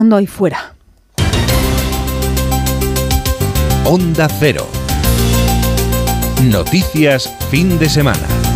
ahí fuera. Onda Cero. Noticias fin de semana.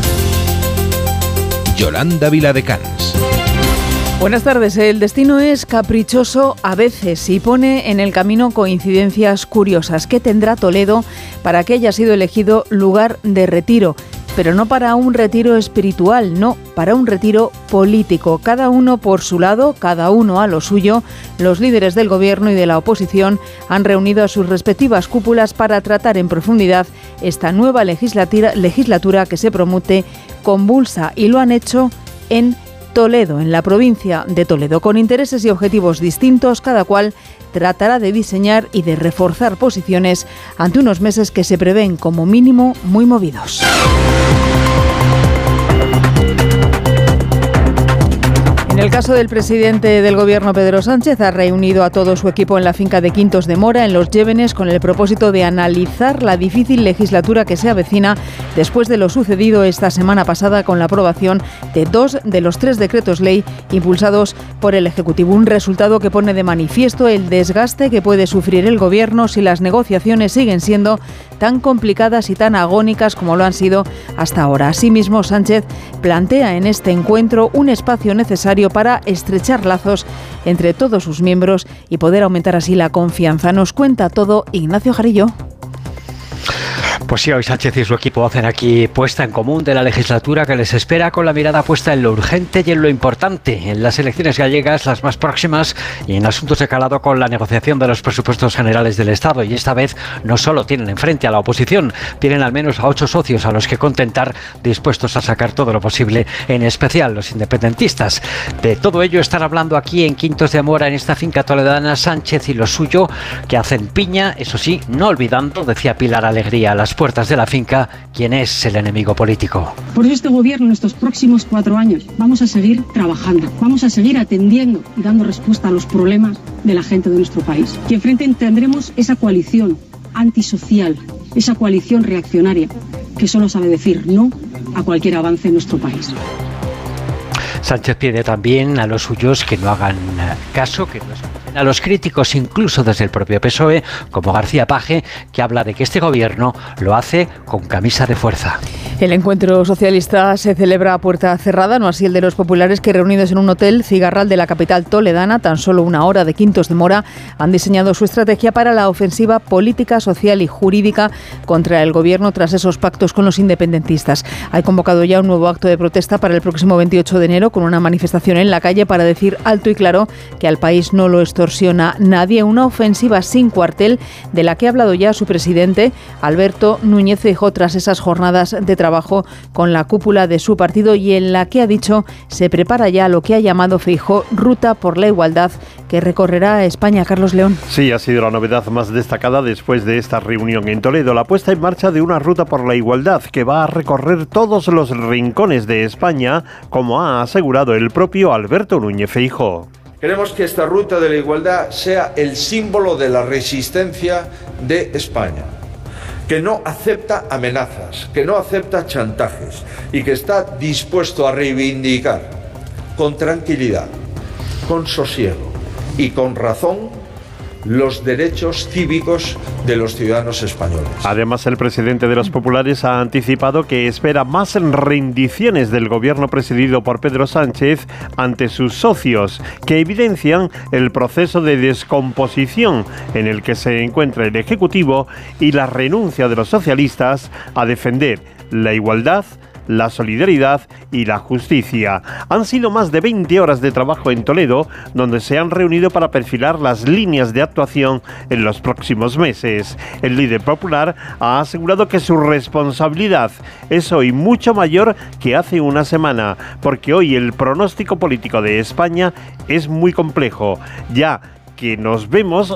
Yolanda Viladecans. Buenas tardes. El destino es caprichoso a veces y pone en el camino coincidencias curiosas. ¿Qué tendrá Toledo para que haya sido elegido lugar de retiro? Pero no para un retiro espiritual, no, para un retiro político. Cada uno por su lado, cada uno a lo suyo. Los líderes del gobierno y de la oposición han reunido a sus respectivas cúpulas para tratar en profundidad esta nueva legislatura que se promete convulsa, y lo han hecho en Toledo, en la provincia de Toledo, con intereses y objetivos distintos. Cada cual tratará de diseñar y de reforzar posiciones ante unos meses que se prevén como mínimo muy movidos. En el caso del presidente del Gobierno, Pedro Sánchez, ha reunido a todo su equipo en la finca de Quintos de Mora, en Los Llévenes, con el propósito de analizar la difícil legislatura que se avecina después de lo sucedido esta semana pasada con la aprobación de 2 de los 3 decretos ley impulsados por el Ejecutivo. Un resultado que pone de manifiesto el desgaste que puede sufrir el Gobierno si las negociaciones siguen siendo tan complicadas y tan agónicas como lo han sido hasta ahora. Asimismo, Sánchez plantea en este encuentro un espacio necesario para estrechar lazos entre todos sus miembros y poder aumentar así la confianza. Nos cuenta todo Ignacio Jarillo. Pues sí, hoy Sánchez y su equipo hacen aquí puesta en común de la legislatura que les espera, con la mirada puesta en lo urgente y en lo importante, en las elecciones gallegas, las más próximas, y en asuntos de calado con la negociación de los presupuestos generales del Estado. Y esta vez no solo tienen enfrente a la oposición, tienen al menos a 8 socios a los que contentar, dispuestos a sacar todo lo posible, en especial los independentistas. De todo ello están hablando aquí en Quintos de Mora, en esta finca toledana, Sánchez y lo suyo, que hacen piña, eso sí, no olvidando, decía Pilar Alegría, a las puertas de la finca, quién es el enemigo político. Por eso este gobierno en estos próximos 4 años vamos a seguir trabajando, vamos a seguir atendiendo y dando respuesta a los problemas de la gente de nuestro país. Y enfrente tendremos esa coalición antisocial, esa coalición reaccionaria que solo sabe decir no a cualquier avance en nuestro país. Sánchez pide también a los suyos que no hagan caso, que no escuchen a los críticos, incluso desde el propio PSOE, como García Paje, que habla de que este gobierno lo hace con camisa de fuerza. El encuentro socialista se celebra a puerta cerrada, no así el de los populares, que reunidos en un hotel Cigarral de la capital toledana, tan solo una hora de Quintos de Mora, han diseñado su estrategia para la ofensiva política, social y jurídica contra el gobierno tras esos pactos con los independentistas. Hay convocado ya un nuevo acto de protesta para el próximo 28 de enero, con una manifestación en la calle para decir alto y claro que al país no lo extorsiona nadie. Una ofensiva sin cuartel de la que ha hablado ya su presidente, Alberto Núñez Feijóo, tras esas jornadas de trabajo con la cúpula de su partido, y en la que ha dicho se prepara ya lo que ha llamado Feijóo Ruta por la Igualdad, que recorrerá España. Carlos León. Sí, ha sido la novedad más destacada después de esta reunión en Toledo, la puesta en marcha de una ruta por la igualdad que va a recorrer todos los rincones de España, como ha asegurado el propio Alberto Núñez Feijóo. Queremos que esta ruta de la igualdad sea el símbolo de la resistencia de España, que no acepta amenazas, que no acepta chantajes y que está dispuesto a reivindicar con tranquilidad, con sosiego y con razón los derechos cívicos de los ciudadanos españoles. Además, el presidente de los populares ha anticipado que espera más rendiciones del gobierno presidido por Pedro Sánchez ante sus socios, que evidencian el proceso de descomposición en el que se encuentra el Ejecutivo y la renuncia de los socialistas a defender la igualdad, la solidaridad y la justicia. Han sido más de 20 horas de trabajo en Toledo, donde se han reunido para perfilar las líneas de actuación en los próximos meses. El líder popular ha asegurado que su responsabilidad es hoy mucho mayor que hace una semana, porque hoy el pronóstico político de España es muy complejo. Ya que nos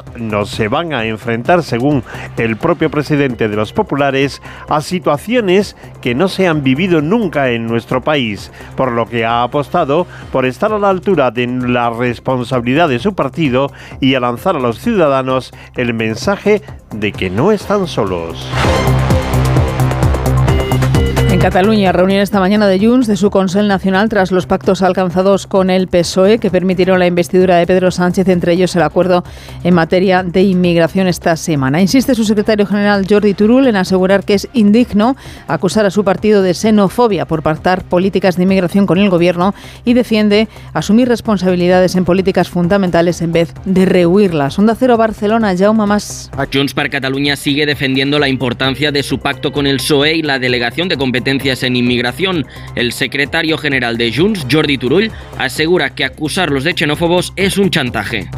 se van a enfrentar, según el propio presidente de los populares, a situaciones que no se han vivido nunca en nuestro país, por lo que ha apostado por estar a la altura de la responsabilidad de su partido y a lanzar a los ciudadanos el mensaje de que no están solos. En En Cataluña, reunión esta mañana de Junts de su Consell Nacional tras los pactos alcanzados con el PSOE que permitieron la investidura de Pedro Sánchez, entre ellos el acuerdo en materia de inmigración esta semana. Insiste su secretario general Jordi Turull en asegurar que es indigno acusar a su partido de xenofobia por pactar políticas de inmigración con el gobierno y defiende asumir responsabilidades en políticas fundamentales en vez de rehuirlas. Onda Cero Barcelona, Jaume Mas. Junts per Catalunya sigue defendiendo la importancia de su pacto con el PSOE y la delegación de competencias en inmigración. El secretario general de Junts, Jordi Turull, asegura que acusarlos de xenófobos es un chantaje.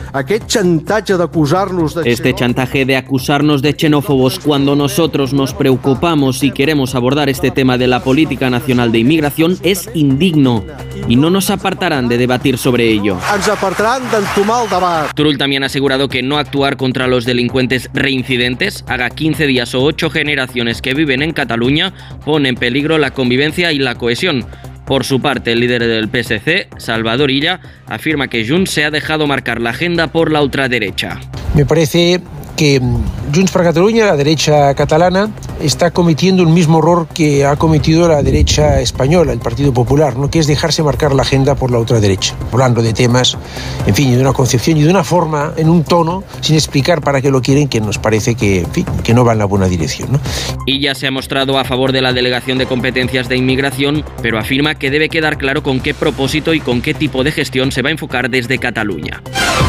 Este chantaje de acusarnos de xenófobos cuando nosotros nos preocupamos y queremos abordar este tema de la política nacional de inmigración es indigno y no nos apartarán de debatir sobre ello. Turull también ha asegurado que no actuar contra los delincuentes reincidentes, haga 15 días o 8 generaciones que viven en Cataluña, pone en peligro la convivencia y la cohesión. Por su parte, el líder del PSC, Salvador Illa, afirma que Junts se ha dejado marcar la agenda por la ultraderecha. Me parece que Junts per Catalunya, la derecha catalana, está cometiendo el mismo error que ha cometido la derecha española, el Partido Popular, ¿no? Que es dejarse marcar la agenda por la ultraderecha, hablando de temas, en fin, y de una concepción y de una forma, en un tono, sin explicar para qué lo quieren, que nos parece que, en fin, que no va en la buena dirección, ¿no? Illa se ha mostrado a favor de la delegación de competencias de inmigración, pero afirma que debe quedar claro con qué propósito y con qué tipo de gestión se va a enfocar desde Cataluña.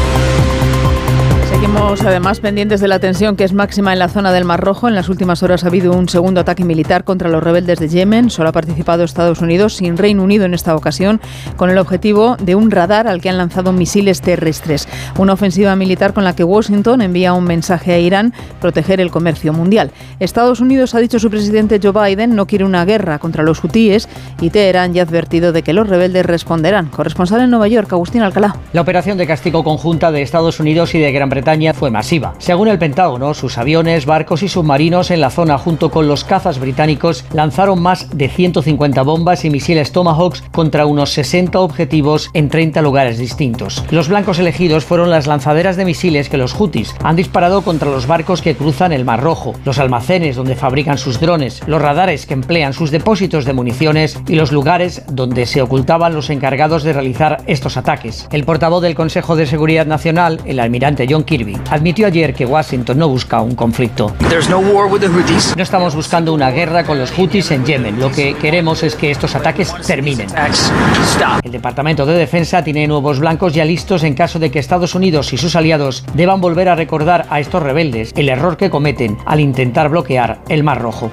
Seguimos además pendientes de la tensión que es máxima en la zona del Mar Rojo. En las últimas horas ha habido un segundo ataque militar contra los rebeldes de Yemen. Solo ha participado Estados Unidos, sin Reino Unido en esta ocasión, con el objetivo de un radar al que han lanzado misiles terrestres. Una ofensiva militar con la que Washington envía un mensaje a Irán: proteger el comercio mundial. Estados Unidos, ha dicho su presidente Joe Biden, no quiere una guerra contra los hutíes y Teherán ya ha advertido de que los rebeldes responderán. Corresponsal en Nueva York, Agustín Alcalá. La operación de castigo conjunta de Estados Unidos y de Gran Bretaña fue masiva. Según el Pentágono, sus aviones, barcos y submarinos en la zona junto con los cazas británicos lanzaron más de 150 bombas y misiles Tomahawks contra unos 60 objetivos en 30 lugares distintos. Los blancos elegidos fueron las lanzaderas de misiles que los hutis han disparado contra los barcos que cruzan el Mar Rojo, los almacenes donde fabrican sus drones, los radares que emplean sus depósitos de municiones y los lugares donde se ocultaban los encargados de realizar estos ataques. El portavoz del Consejo de Seguridad Nacional, el almirante John Kirby, admitió ayer que Washington no busca un conflicto. No estamos buscando una guerra con los hutis en Yemen. Lo que queremos es que estos ataques terminen. El Departamento de Defensa tiene nuevos blancos ya listos en caso de que Estados Unidos y sus aliados deban volver a recordar a estos rebeldes el error que cometen al intentar bloquear el Mar Rojo.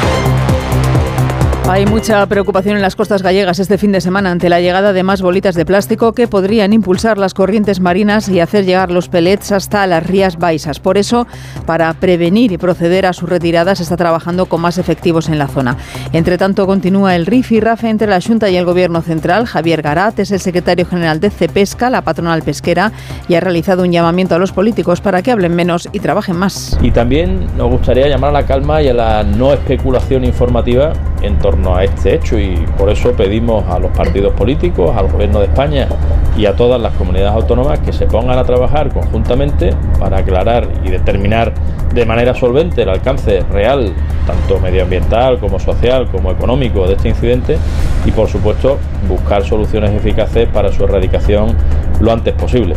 Hay mucha preocupación en las costas gallegas este fin de semana ante la llegada de más bolitas de plástico que podrían impulsar las corrientes marinas y hacer llegar los pellets hasta las Rías Baixas. Por eso, para prevenir y proceder a su retirada, se está trabajando con más efectivos en la zona. Entre tanto, continúa el rifirrafe entre la Xunta y el Gobierno central. Javier Garat es el secretario general de Cepesca, la patronal pesquera, y ha realizado un llamamiento a los políticos para que hablen menos y trabajen más. Y también nos gustaría llamar a la calma y a la no especulación informativa en torno a este hecho, y por eso pedimos a los partidos políticos, al Gobierno de España y a todas las comunidades autónomas que se pongan a trabajar conjuntamente para aclarar y determinar de manera solvente el alcance real, tanto medioambiental como social como económico, de este incidente, y por supuesto buscar soluciones eficaces para su erradicación lo antes posible.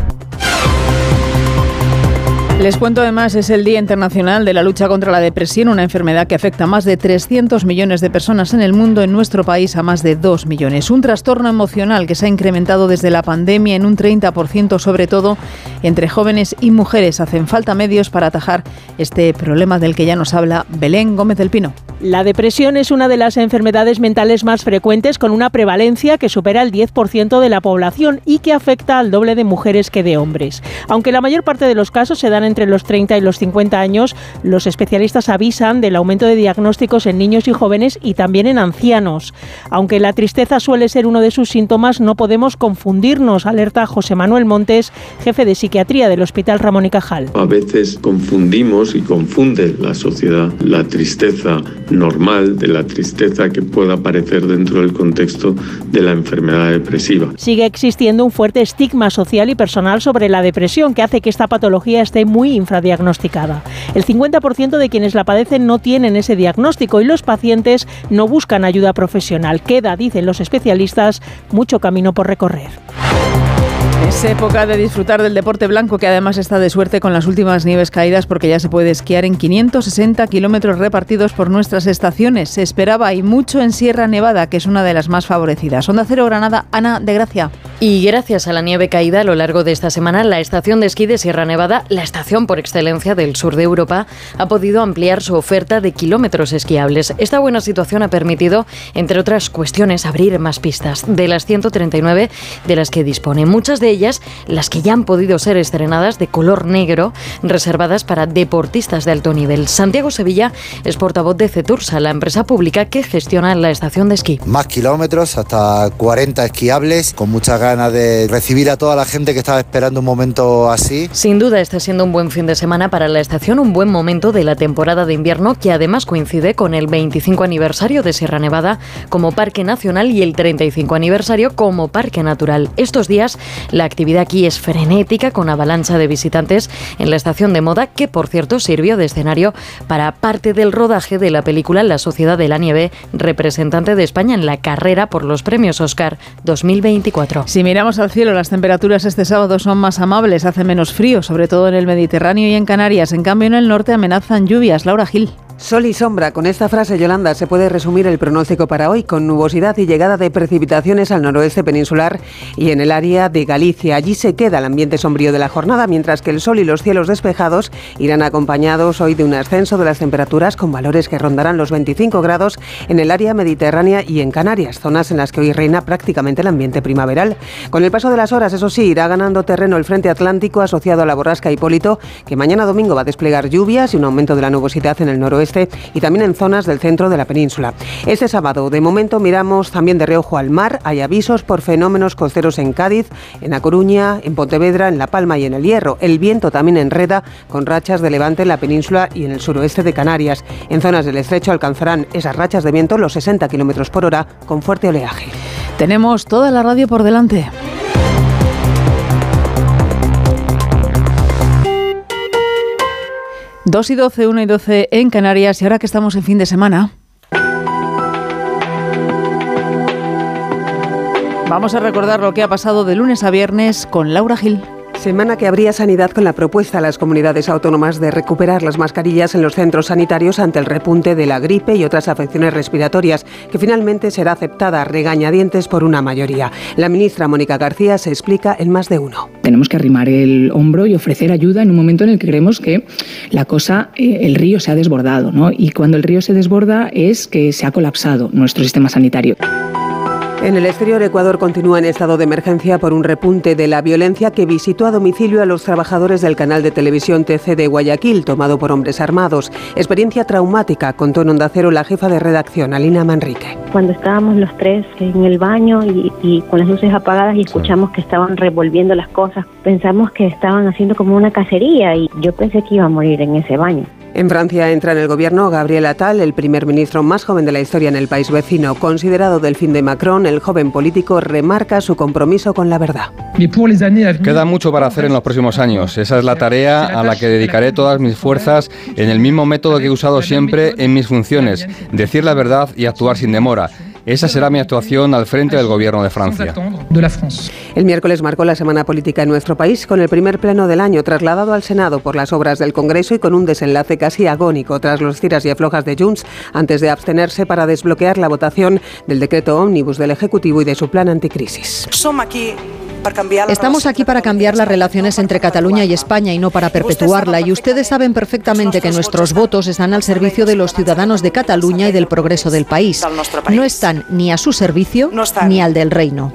Les cuento además, es el Día Internacional de la Lucha contra la Depresión, una enfermedad que afecta a más de 300 millones de personas en el mundo, en nuestro país a más de 2 millones. Un trastorno emocional que se ha incrementado desde la pandemia en un 30%, sobre todo entre jóvenes y mujeres. Hacen falta medios para atajar este problema del que ya nos habla Belén Gómez del Pino. La depresión es una de las enfermedades mentales más frecuentes, con una prevalencia que supera el 10% de la población y que afecta al doble de mujeres que de hombres. Aunque la mayor parte de los casos se dan entre los 30 y los 50 años, los especialistas avisan del aumento de diagnósticos en niños y jóvenes y también en ancianos. Aunque la tristeza suele ser uno de sus síntomas, no podemos confundirnos, alerta José Manuel Montes, jefe de psiquiatría del Hospital Ramón y Cajal. A veces confundimos y confunde la sociedad la tristeza normal, de la tristeza que pueda aparecer dentro del contexto de la enfermedad depresiva. Sigue existiendo un fuerte estigma social y personal sobre la depresión que hace que esta patología esté muy infradiagnosticada. El 50% de quienes la padecen no tienen ese diagnóstico y los pacientes no buscan ayuda profesional. Queda, dicen los especialistas, mucho camino por recorrer. Es época de disfrutar del deporte blanco, que además está de suerte con las últimas nieves caídas, porque ya se puede esquiar en 560 kilómetros repartidos por nuestras estaciones. Se esperaba y mucho en Sierra Nevada, que es una de las más favorecidas. Onda Cero Granada, Ana de Gracia. Y gracias a la nieve caída a lo largo de esta semana, la estación de esquí de Sierra Nevada, la estación por excelencia del sur de Europa, ha podido ampliar su oferta de kilómetros esquiables. Esta buena situación ha permitido, entre otras cuestiones, abrir más pistas. De las 139 de las que dispone, muchas de ellas, las que ya han podido ser estrenadas, de color negro, reservadas para deportistas de alto nivel. Santiago Sevilla es portavoz de Cetursa, la empresa pública que gestiona la estación de esquí. Más kilómetros, hasta 40 esquiables, con muchas ganas de recibir a toda la gente que estaba esperando un momento así. Sin duda está siendo un buen fin de semana para la estación, un buen momento de la temporada de invierno, que además coincide con el 25 aniversario de Sierra Nevada como parque nacional y el 35 aniversario como parque natural. Estos días la actividad aquí es frenética, con avalancha de visitantes en la estación de moda, que por cierto sirvió de escenario para parte del rodaje de la película La Sociedad de la Nieve, representante de España en la carrera por los premios Oscar 2024. Si miramos al cielo, las temperaturas este sábado son más amables, hace menos frío, sobre todo en el Mediterráneo y en Canarias. En cambio, en el norte amenazan lluvias. Laura Gil. Sol y sombra. Con esta frase, Yolanda, se puede resumir el pronóstico para hoy, con nubosidad y llegada de precipitaciones al noroeste peninsular y en el área de Galicia. Allí se queda el ambiente sombrío de la jornada, mientras que el sol y los cielos despejados irán acompañados hoy de un ascenso de las temperaturas, con valores que rondarán los 25 grados en el área mediterránea y en Canarias, zonas en las que hoy reina prácticamente el ambiente primaveral. Con el paso de las horas, eso sí, irá ganando terreno el frente atlántico asociado a la borrasca Hipólito, que mañana domingo va a desplegar lluvias y un aumento de la nubosidad en el noroeste y también en zonas del centro de la península. Este sábado, de momento, miramos también de reojo al mar. Hay avisos por fenómenos costeros en Cádiz, en A Coruña, en Pontevedra, en La Palma y en El Hierro. El viento también enreda, con rachas de levante en la península y en el suroeste de Canarias. En zonas del estrecho alcanzarán esas rachas de viento los 60 km por hora, con fuerte oleaje. Tenemos toda la radio por delante. Dos y 12, 1 y 12 en Canarias, y ahora que estamos en fin de semana, vamos a recordar lo que ha pasado de lunes a viernes con Laura Gil. Semana que abría Sanidad con la propuesta a las comunidades autónomas de recuperar las mascarillas en los centros sanitarios ante el repunte de la gripe y otras afecciones respiratorias, que finalmente será aceptada a regañadientes por una mayoría. La ministra Mónica García se explica en Más de Uno. Tenemos que arrimar el hombro y ofrecer ayuda en un momento en el que creemos que la cosa, el río se ha desbordado, ¿no? Y cuando el río se desborda es que se ha colapsado nuestro sistema sanitario. En el exterior, Ecuador continúa en estado de emergencia por un repunte de la violencia que visitó a domicilio a los trabajadores del canal de televisión TC de Guayaquil, tomado por hombres armados. Experiencia traumática, contó en Onda Cero la jefa de redacción, Alina Manrique. Cuando estábamos los tres en el baño y con las luces apagadas y escuchamos que estaban revolviendo las cosas, pensamos que estaban haciendo como una cacería y yo pensé que iba a morir en ese baño. En Francia entra en el gobierno Gabriel Attal, el primer ministro más joven de la historia en el país vecino. Considerado delfín de Macron, el joven político remarca su compromiso con la verdad. Queda mucho para hacer en los próximos años. Esa es la tarea a la que dedicaré todas mis fuerzas en el mismo método que he usado siempre en mis funciones: decir la verdad y actuar sin demora. Esa será mi actuación al frente del gobierno de Francia. El miércoles marcó la semana política en nuestro país, con el primer pleno del año trasladado al Senado por las obras del Congreso y con un desenlace casi agónico tras los tiras y aflojas de Junts antes de abstenerse para desbloquear la votación del decreto ómnibus del Ejecutivo y de su plan anticrisis. Estamos aquí para cambiar las relaciones entre Cataluña y España y no para perpetuarla, y ustedes saben perfectamente que nuestros votos están al servicio de los ciudadanos de Cataluña y del progreso del país. No están ni a su servicio ni al del reino.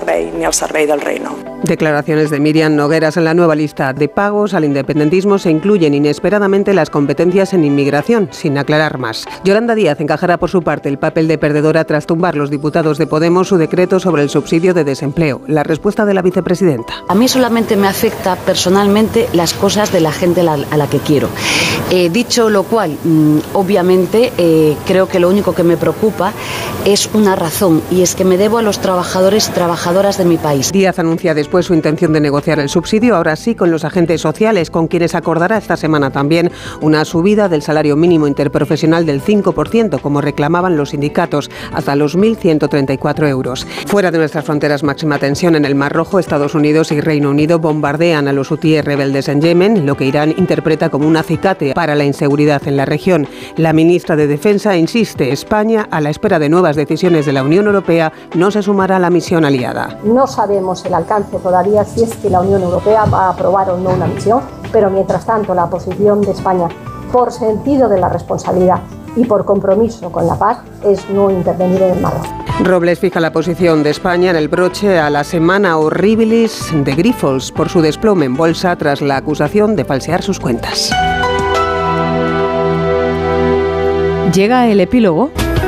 Declaraciones de Miriam Nogueras. En la nueva lista de pagos al independentismo se incluyen inesperadamente las competencias en inmigración, sin aclarar más. Yolanda Díaz encajará por su parte el papel de perdedora tras tumbar los diputados de Podemos su decreto sobre el subsidio de desempleo. La respuesta de de la vicepresidenta. A mí solamente me afecta personalmente las cosas de la gente a la que quiero. Dicho lo cual, obviamente creo que lo único que me preocupa es una razón, y es que me debo a los trabajadores y trabajadoras de mi país. Díaz anuncia después su intención de negociar el subsidio, ahora sí con los agentes sociales, con quienes acordará esta semana también una subida del salario mínimo interprofesional del 5%, como reclamaban los sindicatos, hasta los 1.134 euros. Fuera de nuestras fronteras, máxima tensión en el Mar Rojo. Estados Unidos y Reino Unido bombardean a los hutíes rebeldes en Yemen, lo que Irán interpreta como un acicate para la inseguridad en la región. La ministra de Defensa insiste: España, a la espera de nuevas decisiones de la Unión Europea, no se sumará a la misión aliada. No sabemos el alcance todavía, si es que la Unión Europea va a aprobar o no una misión, pero mientras tanto la posición de España, por sentido de la responsabilidad y por compromiso con la paz, es no intervenir en el Mar Rojo. Robles fija la posición de España en el broche a la semana horribilis de Grifols por su desplome en bolsa tras la acusación de falsear sus cuentas. Llega el epílogo.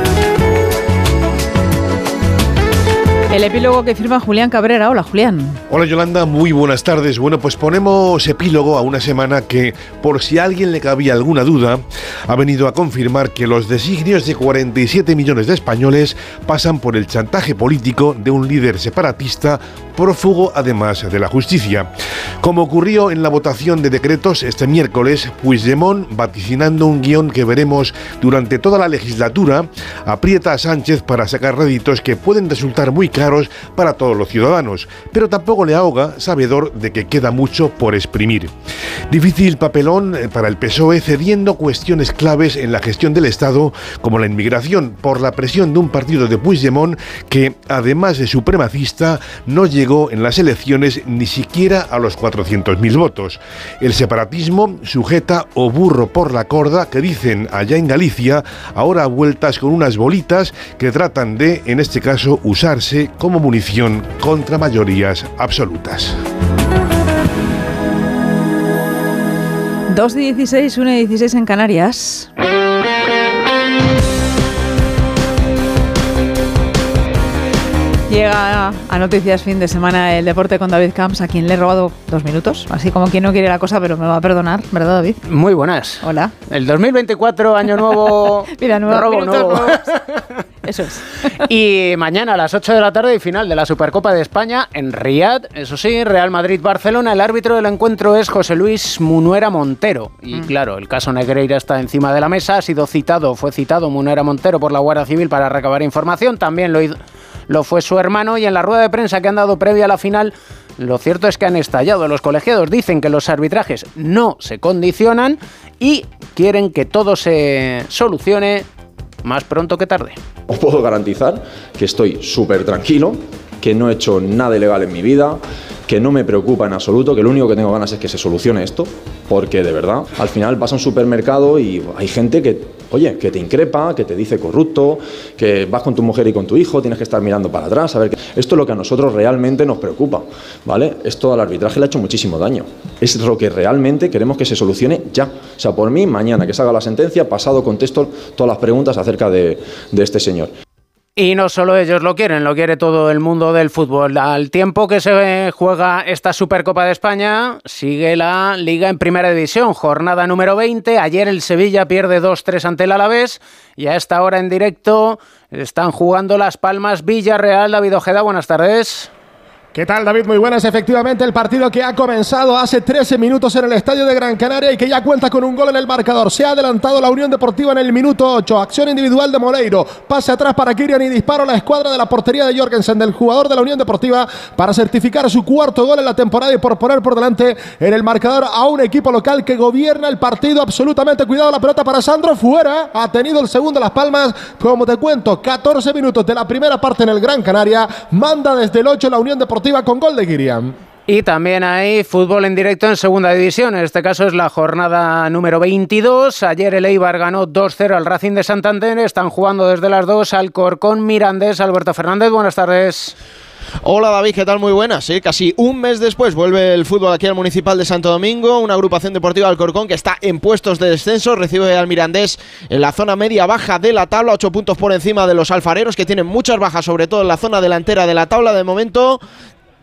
El epílogo que firma Julián Cabrera. Hola, Julián. Hola, Yolanda, muy buenas tardes. Bueno, pues ponemos epílogo a una semana que, por si a alguien le cabía alguna duda, ha venido a confirmar que los designios de 47 millones de españoles pasan por el chantaje político de un líder separatista prófugo además de la justicia. Como ocurrió en la votación de decretos este miércoles, Puigdemont, vaticinando un guión que veremos durante toda la legislatura, aprieta a Sánchez para sacar réditos que pueden resultar muy caros para todos los ciudadanos, pero tampoco le ahoga, sabedor de que queda mucho por exprimir. Difícil papelón para el PSOE, cediendo cuestiones claves en la gestión del Estado, como la inmigración, por la presión de un partido de Puigdemont que, además de supremacista, no llegó en las elecciones ni siquiera a los 400.000 votos. El separatismo sujeta o burro por la corda, que dicen allá en Galicia, ahora a vueltas con unas bolitas que tratan de, en este caso, usarse como munición contra mayorías absolutas. 2:16, 1:16 en Canarias. Llega a Noticias Fin de Semana el deporte con David Camps, a quien le he robado 2 minutos, así como quien no quiere la cosa, pero me va a perdonar, ¿verdad, David? Muy buenas. Hola. El 2024, año nuevo, mira, robo nuevo. Eso es. Y mañana a las 8 de la tarde, final de la Supercopa de España en Riad. Eso sí, Real Madrid-Barcelona. El árbitro del encuentro es José Luis Munuera Montero. Y claro, el caso Negreira está encima de la mesa. Fue citado Munuera Montero por la Guardia Civil para recabar información. También lo fue su hermano, y en la rueda de prensa que han dado previa a la final, lo cierto es que han estallado. Los colegiados dicen que los arbitrajes no se condicionan y quieren que todo se solucione más pronto que tarde. Os puedo garantizar que estoy súper tranquilo, que no he hecho nada ilegal en mi vida, que no me preocupa en absoluto, que lo único que tengo ganas es que se solucione esto, porque de verdad, al final vas a un supermercado y hay gente que, oye, que te increpa, que te dice corrupto, que vas con tu mujer y con tu hijo, tienes que estar mirando para atrás, a ver que esto es lo que a nosotros realmente nos preocupa, ¿vale? Esto al arbitraje le ha hecho muchísimo daño. Es lo que realmente queremos que se solucione ya. O sea, por mí, mañana que salga la sentencia, pasado contesto todas las preguntas acerca de este señor. Y no solo ellos lo quiere todo el mundo del fútbol. Al tiempo que se juega esta Supercopa de España, sigue la Liga en Primera División, jornada número 20. Ayer el Sevilla pierde 2-3 ante el Alavés, y a esta hora en directo están jugando Las Palmas, Villarreal. David Ojeda, buenas tardes. ¿Qué tal, David? Muy buenas. Efectivamente, el partido que ha comenzado hace 13 minutos en el estadio de Gran Canaria y que ya cuenta con un gol en el marcador. Se ha adelantado la Unión Deportiva en el minuto 8. Acción individual de Moleiro. Pase atrás para Kirian y disparo a la escuadra de la portería de Jorgensen, del jugador de la Unión Deportiva, para certificar su 4º gol en la temporada y por poner por delante en el marcador a un equipo local que gobierna el partido absolutamente. Cuidado, la pelota para Sandro, fuera. Ha tenido el segundo Las Palmas. Como te cuento, 14 minutos de la primera parte en el Gran Canaria. Manda desde el 8 la Unión Deportiva con gol de Kirian. Y también hay fútbol en directo en Segunda División. En este caso es la jornada número 22. Ayer el Eibar ganó 2-0 al Racing de Santander. Están jugando desde las 2 Alcorcón Mirandés. Alberto Fernández, buenas tardes. Hola David, ¿qué tal? Muy buenas. Sí, casi un mes después vuelve el fútbol aquí al Municipal de Santo Domingo. Una agrupación deportiva Alcorcón que está en puestos de descenso. Recibe al Mirandés en la zona media-baja de la tabla, 8 puntos por encima de los alfareros, que tienen muchas bajas, sobre todo en la zona delantera de la tabla. De momento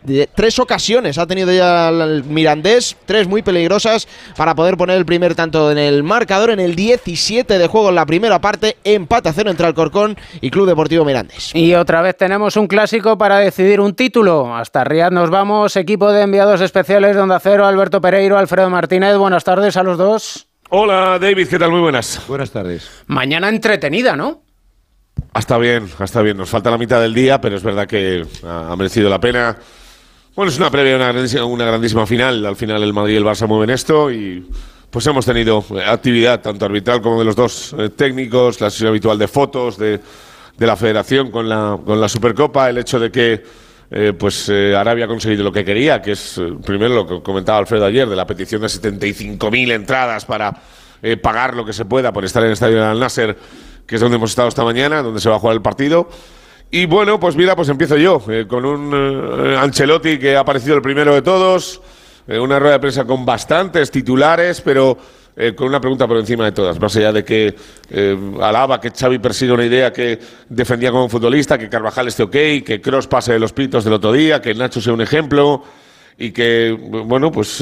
3 ocasiones ha tenido ya el Mirandés, 3 muy peligrosas para poder poner el primer tanto en el marcador en el 17 de juego en la primera parte, empate a 0 entre Alcorcón y Club Deportivo Mirandés. Y otra vez tenemos un clásico para decidir un título. Hasta Riad nos vamos, equipo de enviados especiales de Onda Cero, Alberto Pereiro, Alfredo Martínez, buenas tardes a los dos. Hola David, ¿qué tal? Muy buenas. Buenas tardes. Mañana entretenida, ¿no? Está bien, nos falta la mitad del día, pero es verdad que ha merecido la pena. Bueno, es una previa, una grandísima final. Al final el Madrid y el Barça mueven esto y pues hemos tenido actividad tanto arbitral como de los dos técnicos, la sesión habitual de fotos de la Federación con la Supercopa, el hecho de que Arabia ha conseguido lo que quería, que es primero lo que comentaba Alfredo ayer, de la petición de 75.000 entradas para pagar lo que se pueda por estar en el estadio de Al-Nasser, que es donde hemos estado esta mañana, donde se va a jugar el partido. Y bueno, pues mira, pues empiezo yo, con un Ancelotti que ha aparecido el primero de todos, una rueda de prensa con bastantes titulares, pero con una pregunta por encima de todas, más allá de que alaba que Xavi persigue una idea que defendía como futbolista, que Carvajal esté ok, que Kroos pase de los pitos del otro día, que Nacho sea un ejemplo y que, bueno, pues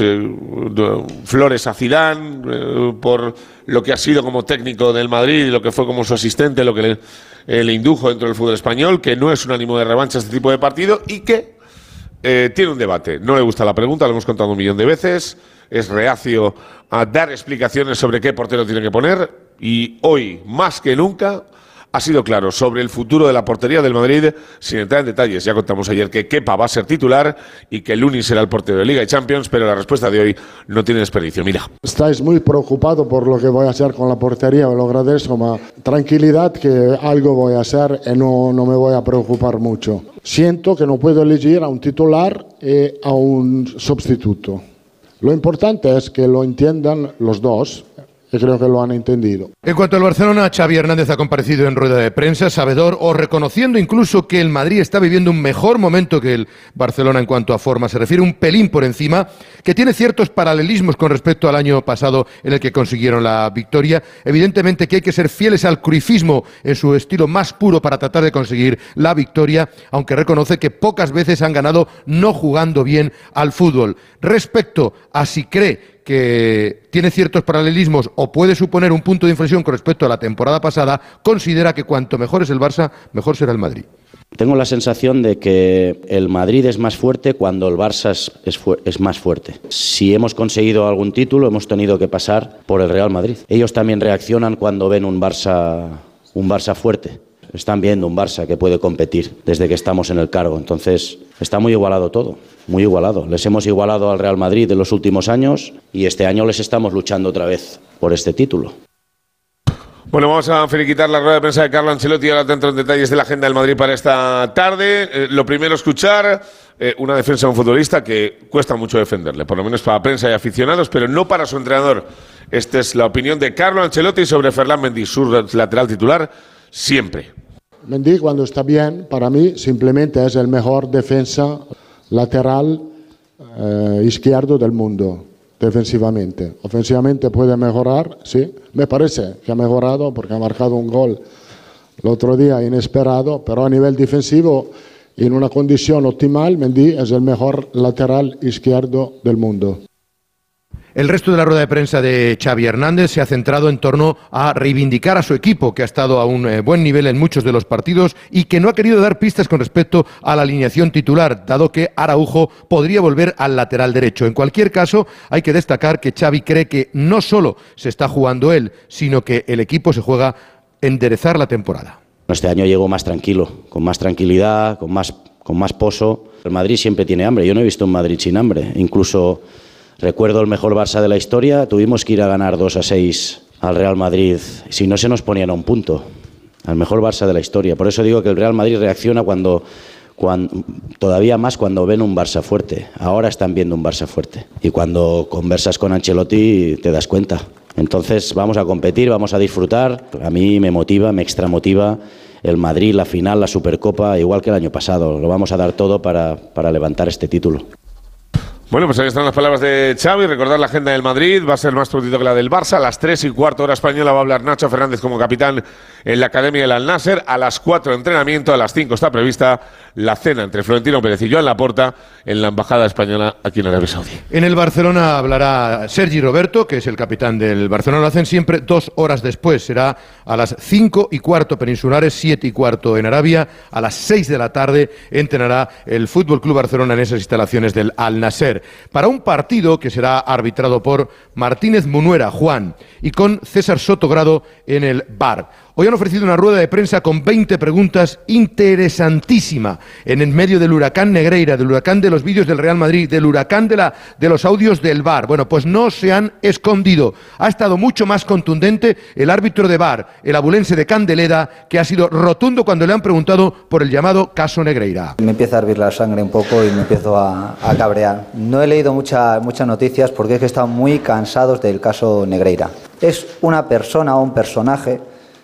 flores a Zidane por lo que ha sido como técnico del Madrid y lo que fue como su asistente, lo que le indujo dentro del fútbol español, que no es un ánimo de revancha este tipo de partido y que tiene un debate. No le gusta la pregunta, lo hemos contado 1.000.000 de veces, es reacio a dar explicaciones sobre qué portero tiene que poner y hoy, más que nunca, ha sido claro sobre el futuro de la portería del Madrid, sin entrar en detalles. Ya contamos ayer que Kepa va a ser titular y que Lunin será el portero de Liga y Champions, pero la respuesta de hoy no tiene desperdicio. Mira. Estáis muy preocupado por lo que voy a hacer con la portería, lo agradezco, ma tranquilidad que algo voy a hacer y no me voy a preocupar mucho. Siento que no puedo elegir a un titular y a un sustituto. Lo importante es que lo entiendan los dos. Y creo que lo han entendido. En cuanto al Barcelona, Xavi Hernández ha comparecido en rueda de prensa, sabedor o reconociendo incluso que el Madrid está viviendo un mejor momento que el Barcelona en cuanto a forma. Se refiere un pelín por encima, que tiene ciertos paralelismos con respecto al año pasado en el que consiguieron la victoria. Evidentemente que hay que ser fieles al cruifismo en su estilo más puro para tratar de conseguir la victoria, aunque reconoce que pocas veces han ganado no jugando bien al fútbol. Respecto a si cree que tiene ciertos paralelismos o puede suponer un punto de inflexión con respecto a la temporada pasada, considera que cuanto mejor es el Barça, mejor será el Madrid. Tengo la sensación de que el Madrid es más fuerte cuando el Barça es más fuerte. Si hemos conseguido algún título, hemos tenido que pasar por el Real Madrid. Ellos también reaccionan cuando ven un Barça fuerte. Están viendo un Barça que puede competir desde que estamos en el cargo. Entonces, está muy igualado todo, muy igualado. Les hemos igualado al Real Madrid en los últimos años y este año les estamos luchando otra vez por este título. Bueno, vamos a finiquitar la rueda de prensa de Carlo Ancelotti y ahora dentro en detalles de la agenda del Madrid para esta tarde. Lo primero, escuchar una defensa de un futbolista que cuesta mucho defenderle, por lo menos para prensa y aficionados, pero no para su entrenador. Esta es la opinión de Carlo Ancelotti sobre Ferland Mendy, su lateral titular, siempre. Mendy, cuando está bien, para mí simplemente es el mejor defensa lateral izquierdo del mundo, defensivamente. Ofensivamente puede mejorar, sí, me parece que ha mejorado porque ha marcado un gol el otro día inesperado, pero a nivel defensivo, en una condición optimal, Mendy es el mejor lateral izquierdo del mundo. El resto de la rueda de prensa de Xavi Hernández se ha centrado en torno a reivindicar a su equipo, que ha estado a un buen nivel en muchos de los partidos y que no ha querido dar pistas con respecto a la alineación titular, dado que Araujo podría volver al lateral derecho. En cualquier caso, hay que destacar que Xavi cree que no solo se está jugando él, sino que el equipo se juega enderezar la temporada. Este año llego más tranquilo, con más tranquilidad, con más pozo. El Madrid siempre tiene hambre. Yo no he visto un Madrid sin hambre. Incluso recuerdo el mejor Barça de la historia, tuvimos que ir a ganar 2-6 al Real Madrid, si no se nos ponían a un punto, al mejor Barça de la historia. Por eso digo que el Real Madrid reacciona cuando todavía más cuando ven un Barça fuerte. Ahora están viendo un Barça fuerte. Y cuando conversas con Ancelotti te das cuenta. Entonces vamos a competir, vamos a disfrutar. A mí me motiva, me extramotiva el Madrid, la final, la Supercopa, igual que el año pasado. Lo vamos a dar todo para levantar este título. Bueno, pues ahí están las palabras de Xavi. Recordar la agenda del Madrid, va a ser más prontito que la del Barça. A las 3:15 hora española va a hablar Nacho Fernández como capitán en la Academia del Al-Nassr. A las 4 entrenamiento, a las 5 está prevista la cena entre Florentino Pérez y Joan Laporta en la Embajada Española aquí en Arabia Saudí. En el Barcelona hablará Sergi Roberto, que es el capitán del Barcelona. Lo hacen siempre 2 horas después. Será a las 5:15 peninsulares, 7:15 en Arabia. A las 6 de la tarde entrenará el Fútbol Club Barcelona en esas instalaciones del Al-Nassr, para un partido que será arbitrado por Martínez Munuera, Juan, y con César Sotogrado en el VAR. Hoy han ofrecido una rueda de prensa con 20 preguntas interesantísima en el medio del huracán Negreira, del huracán de los vídeos del Real Madrid, del huracán de los audios del VAR. Bueno, pues no se han escondido. Ha estado mucho más contundente el árbitro de VAR, el abulense de Candeleda, que ha sido rotundo cuando le han preguntado por el llamado caso Negreira. Me empieza a hervir la sangre un poco y me empiezo a cabrear. No he leído muchas noticias porque es que están muy cansados del caso Negreira. Es una persona o un personaje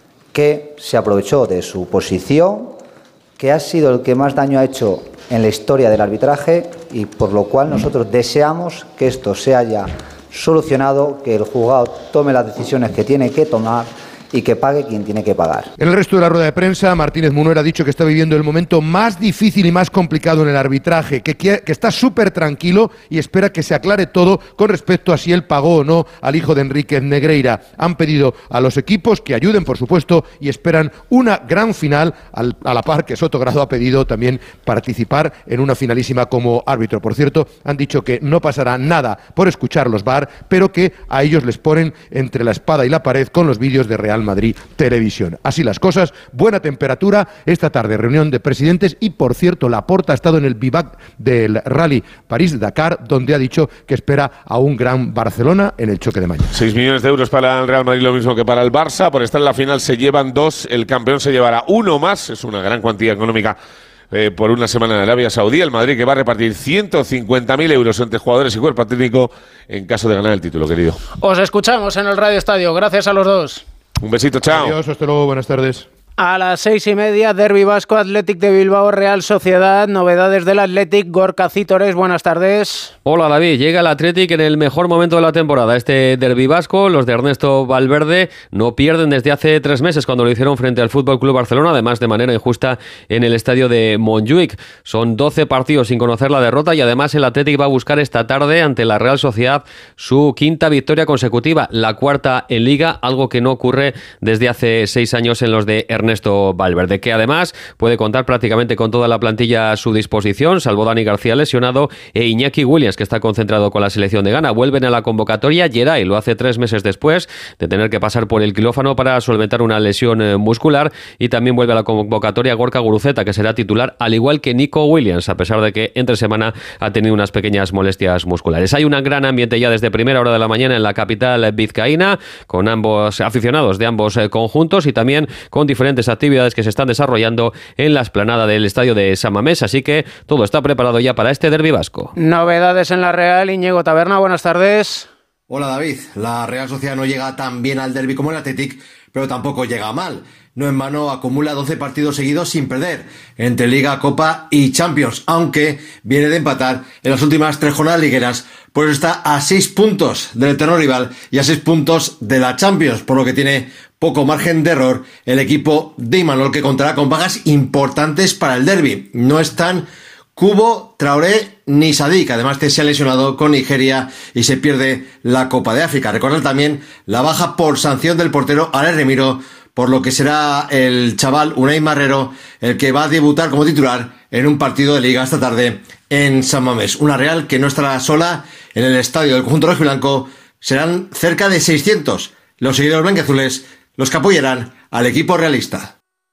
que se aprovechó de su posición, que ha sido el que más daño ha hecho en la historia del arbitraje y por lo cual nosotros deseamos que esto se haya solucionado, que el juzgado tome las decisiones que tiene que tomar y que pague quien tiene que pagar. En el resto de la rueda de prensa, Martínez Munuera ha dicho que está viviendo el momento más difícil y más complicado en el arbitraje, que está súper tranquilo y espera que se aclare todo con respecto a si él pagó o no al hijo de Enríquez Negreira. Han pedido a los equipos que ayuden, por supuesto, y esperan una gran final, a la par que Sotogrado ha pedido también participar en una finalísima como árbitro. Por cierto, han dicho que no pasará nada por escuchar los VAR, pero que a ellos les ponen entre la espada y la pared con los vídeos de Real Madrid Televisión. Así las cosas, buena temperatura, esta tarde reunión de presidentes y, por cierto, Laporta ha estado en el vivac del Rally París-Dakar, donde ha dicho que espera a un gran Barcelona en el choque de mañana. 6 millones de euros para el Real Madrid, lo mismo que para el Barça. Por estar en la final se llevan 2, el campeón se llevará 1 más, es una gran cuantía económica por una semana en Arabia Saudí. El Madrid que va a repartir 150.000 euros entre jugadores y cuerpo técnico en caso de ganar el título, querido. Os escuchamos en el Radio Estadio, gracias a los dos. Un besito, chao. Adiós, hasta luego, buenas tardes. A las 6:30, Derbi Vasco, Athletic de Bilbao, Real Sociedad. Novedades del Athletic, Gorka Cítores, buenas tardes. Hola David, llega el Athletic en el mejor momento de la temporada. Este Derbi Vasco, los de Ernesto Valverde no pierden desde hace 3 meses cuando lo hicieron frente al Fútbol Club Barcelona, además de manera injusta en el estadio de Montjuic. Son 12 partidos sin conocer la derrota y además el Athletic va a buscar esta tarde ante la Real Sociedad su 5ª victoria consecutiva, la 4ª en Liga, algo que no ocurre desde hace 6 años en los de Ernesto Valverde, que además puede contar prácticamente con toda la plantilla a su disposición, salvo Dani García lesionado e Iñaki Williams, que está concentrado con la selección de Ghana. Vuelven a la convocatoria. Geray lo hace 3 meses después de tener que pasar por el quirófano para solventar una lesión muscular, y también vuelve a la convocatoria Gorka Guruceta, que será titular, al igual que Nico Williams, a pesar de que entre semana ha tenido unas pequeñas molestias musculares. Hay un gran ambiente ya desde primera hora de la mañana en la capital vizcaína, con ambos aficionados de ambos conjuntos y también con diferentes actividades que se están desarrollando en la explanada del estadio de San Mamés, así que todo está preparado ya para este derbi vasco. Novedades en la Real, Íñigo Taberna, buenas tardes. Hola David, la Real Sociedad no llega tan bien al derbi como el Athletic, pero tampoco llega mal. No en vano acumula 12 partidos seguidos sin perder, entre Liga, Copa y Champions, aunque viene de empatar en las últimas 3 jornadas ligueras, pues está a 6 puntos del eterno rival y a 6 puntos de la Champions, por lo que tiene poco margen de error el equipo de Imanol, que contará con bajas importantes para el derbi. No están Kubo, Traoré ni Sadik, además se ha lesionado con Nigeria y se pierde la Copa de África. Recordar también la baja por sanción del portero Alex Remiro, por lo que será el chaval Unai Marrero el que va a debutar como titular en un partido de Liga esta tarde en San Mamés. Una Real que no estará sola en el estadio del conjunto rojiblanco. Serán cerca de 600 los seguidores blanquiazules los que apoyarán al equipo realista.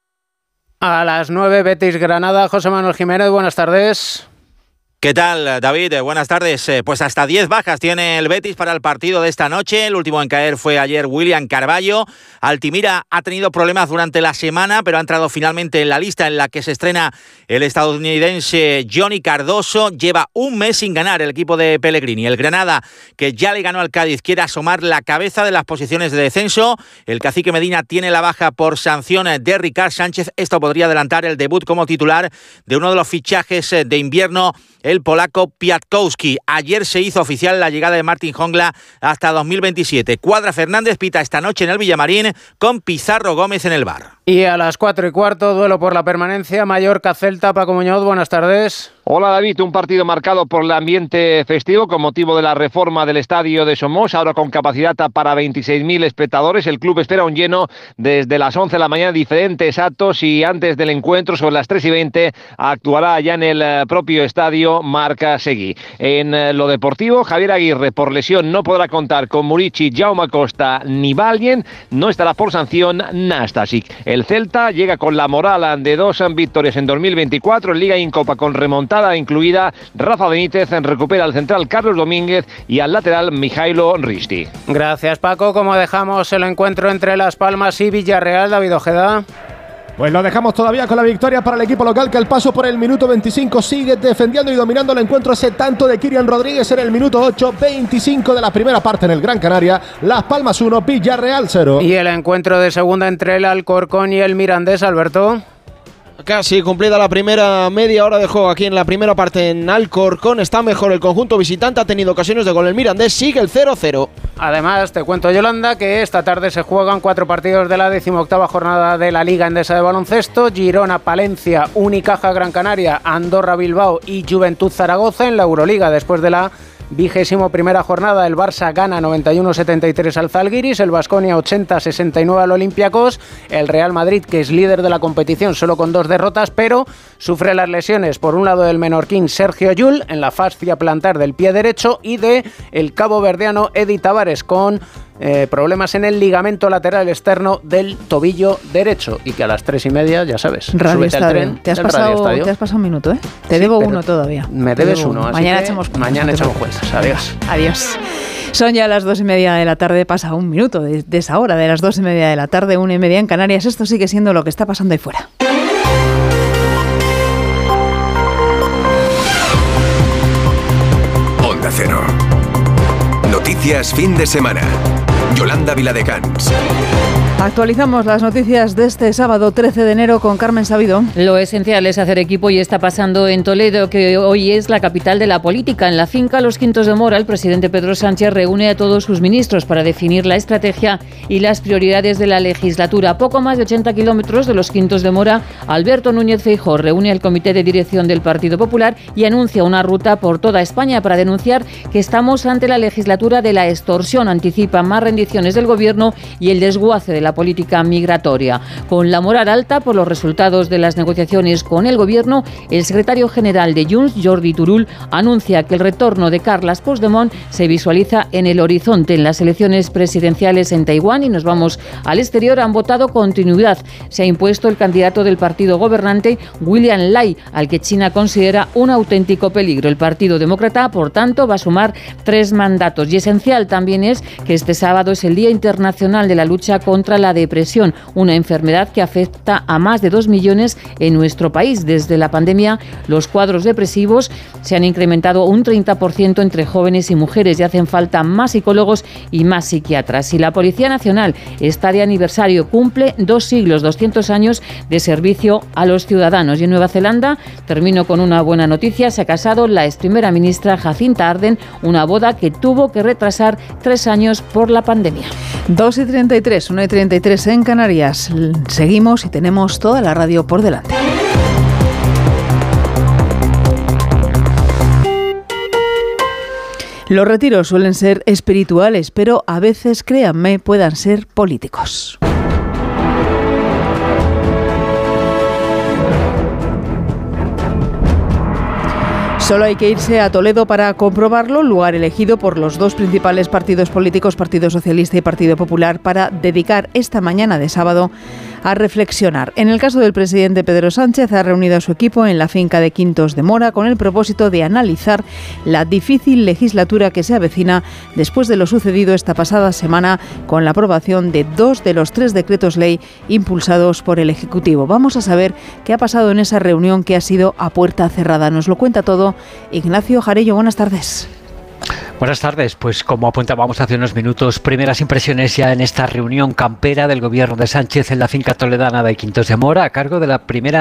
A las 9, Betis Granada, José Manuel Jiménez, buenas tardes. ¿Qué tal, David? Buenas tardes. Pues hasta 10 bajas tiene el Betis para el partido de esta noche. El último en caer fue ayer William Carballo. Altimira ha tenido problemas durante la semana, pero ha entrado finalmente en la lista en la que se estrena el estadounidense Johnny Cardoso. Lleva un mes sin ganar el equipo de Pellegrini. El Granada, que ya le ganó al Cádiz, quiere asomar la cabeza de las posiciones de descenso. El Cacique Medina tiene la baja por sanción de Ricard Sánchez. Esto podría adelantar el debut como titular de uno de los fichajes de invierno en el polaco Piatkowski. Ayer se hizo oficial la llegada de Martin Jongla hasta 2027. Cuadra Fernández pita esta noche en el Villamarín con Pizarro Gómez en el bar. Y a las 4:15, duelo por la permanencia, Mallorca-Celta. Paco Muñoz, buenas tardes. Hola David, un partido marcado por el ambiente festivo con motivo de la reforma del estadio de Somos, ahora con capacidad para 26.000 espectadores. El club espera un lleno desde las 11 de la mañana, diferentes actos, y antes del encuentro, sobre las 3:20, actuará ya en el propio estadio Marc Seguí. En lo deportivo, Javier Aguirre por lesión no podrá contar con Murici, Jaume Costa ni Valien, no estará por sanción Nastasic. El Celta llega con la moral de 2 victorias en 2024, en Liga y en Copa con remontada incluida. Rafa Benítez recupera al central Carlos Domínguez y al lateral Mijailo Risti. Gracias, Paco. ¿Cómo dejamos el encuentro entre Las Palmas y Villarreal, David Ojeda? Pues lo dejamos todavía con la victoria para el equipo local, que al paso por el minuto 25 sigue defendiendo y dominando el encuentro. Ese tanto de Kylian Rodríguez en el minuto 8, 25 de la primera parte en el Gran Canaria. Las Palmas 1, Villarreal 0. Y el encuentro de segunda entre el Alcorcón y el Mirandés, Alberto. Casi cumplida la primera media hora de juego aquí en la primera parte en Alcorcón. Está mejor el conjunto visitante, ha tenido ocasiones de gol el Mirandés, sigue el 0-0. Además, te cuento, Yolanda, que esta tarde se juegan 4 partidos de la 18ª jornada de la Liga Endesa de Baloncesto. Girona, Palencia, Unicaja Gran Canaria, Andorra Bilbao y Juventud Zaragoza. En la Euroliga, después de la 21ª jornada, el Barça gana 91-73 al Zalgiris, el Baskonia 80-69 al Olympiacos, el Real Madrid, que es líder de la competición solo con 2 derrotas, pero sufre las lesiones, por un lado del menorquín Sergio Llull en la fascia plantar del pie derecho y de el caboverdiano Edi Tavares con problemas en el ligamento lateral externo del tobillo derecho, y que a las 3:30, ya sabes, súbete al tren. Te has pasado un minuto, ¿eh? Te debo uno todavía. Me debes uno. Mañana echamos cuentas. Mañana echamos cuentas. Adiós. Adiós. Son ya las 2:30 de la tarde, pasa un minuto de esa hora, de las 2:30 de la tarde, 1:30 en Canarias. Esto sigue siendo lo que está pasando ahí fuera. Onda Cero. Noticias fin de semana. Yolanda Viladecans. Actualizamos las noticias de este sábado 13 de enero con Carmen Sabido. Lo esencial es hacer equipo y está pasando en Toledo, que hoy es la capital de la política. En la finca Los Quintos de Mora, el presidente Pedro Sánchez reúne a todos sus ministros para definir la estrategia y las prioridades de la legislatura. Poco más de 80 kilómetros de Los Quintos de Mora, Alberto Núñez Feijóo reúne al comité de dirección del Partido Popular y anuncia una ruta por toda España para denunciar que estamos ante la legislatura de la extorsión. Anticipa más rendiciones del gobierno y el desguace de la política migratoria. Con la moral alta por los resultados de las negociaciones con el gobierno, el secretario general de Junts, Jordi Turull, anuncia que el retorno de Carles Puigdemont se visualiza en el horizonte. En las elecciones presidenciales en Taiwán, y nos vamos al exterior, han votado continuidad. Se ha impuesto el candidato del partido gobernante, William Lai, al que China considera un auténtico peligro. El Partido Demócrata, por tanto, va a sumar 3 mandatos. Y esencial también es que este sábado es el Día Internacional de la Lucha contra la Depresión, una enfermedad que afecta a más de 2 millones en nuestro país. Desde la pandemia, los cuadros depresivos se han incrementado un 30% entre jóvenes y mujeres, y hacen falta más psicólogos y más psiquiatras. Y la Policía Nacional está de aniversario, cumple 2 siglos, 200 años de servicio a los ciudadanos. Y en Nueva Zelanda, termino con una buena noticia, se ha casado la ex primera ministra Jacinta Ardern, una boda que tuvo que retrasar 3 años por la pandemia. 2:33, 1:33 en Canarias. Seguimos y tenemos toda la radio por delante. Los retiros suelen ser espirituales, pero a veces, créanme, puedan ser políticos. Solo hay que irse a Toledo para comprobarlo, lugar elegido por los 2 principales partidos políticos, Partido Socialista y Partido Popular, para dedicar esta mañana de sábado a reflexionar. En el caso del presidente Pedro Sánchez, ha reunido a su equipo en la finca de Quintos de Mora con el propósito de analizar la difícil legislatura que se avecina después de lo sucedido esta pasada semana con la aprobación de 2 de los 3 decretos ley impulsados por el Ejecutivo. Vamos a saber qué ha pasado en esa reunión, que ha sido a puerta cerrada. Nos lo cuenta todo Ignacio Jarello. Buenas tardes. Buenas tardes. Pues como apuntábamos hace unos minutos, primeras impresiones ya en esta reunión campera del gobierno de Sánchez en la finca toledana de Quintos de Mora, a cargo de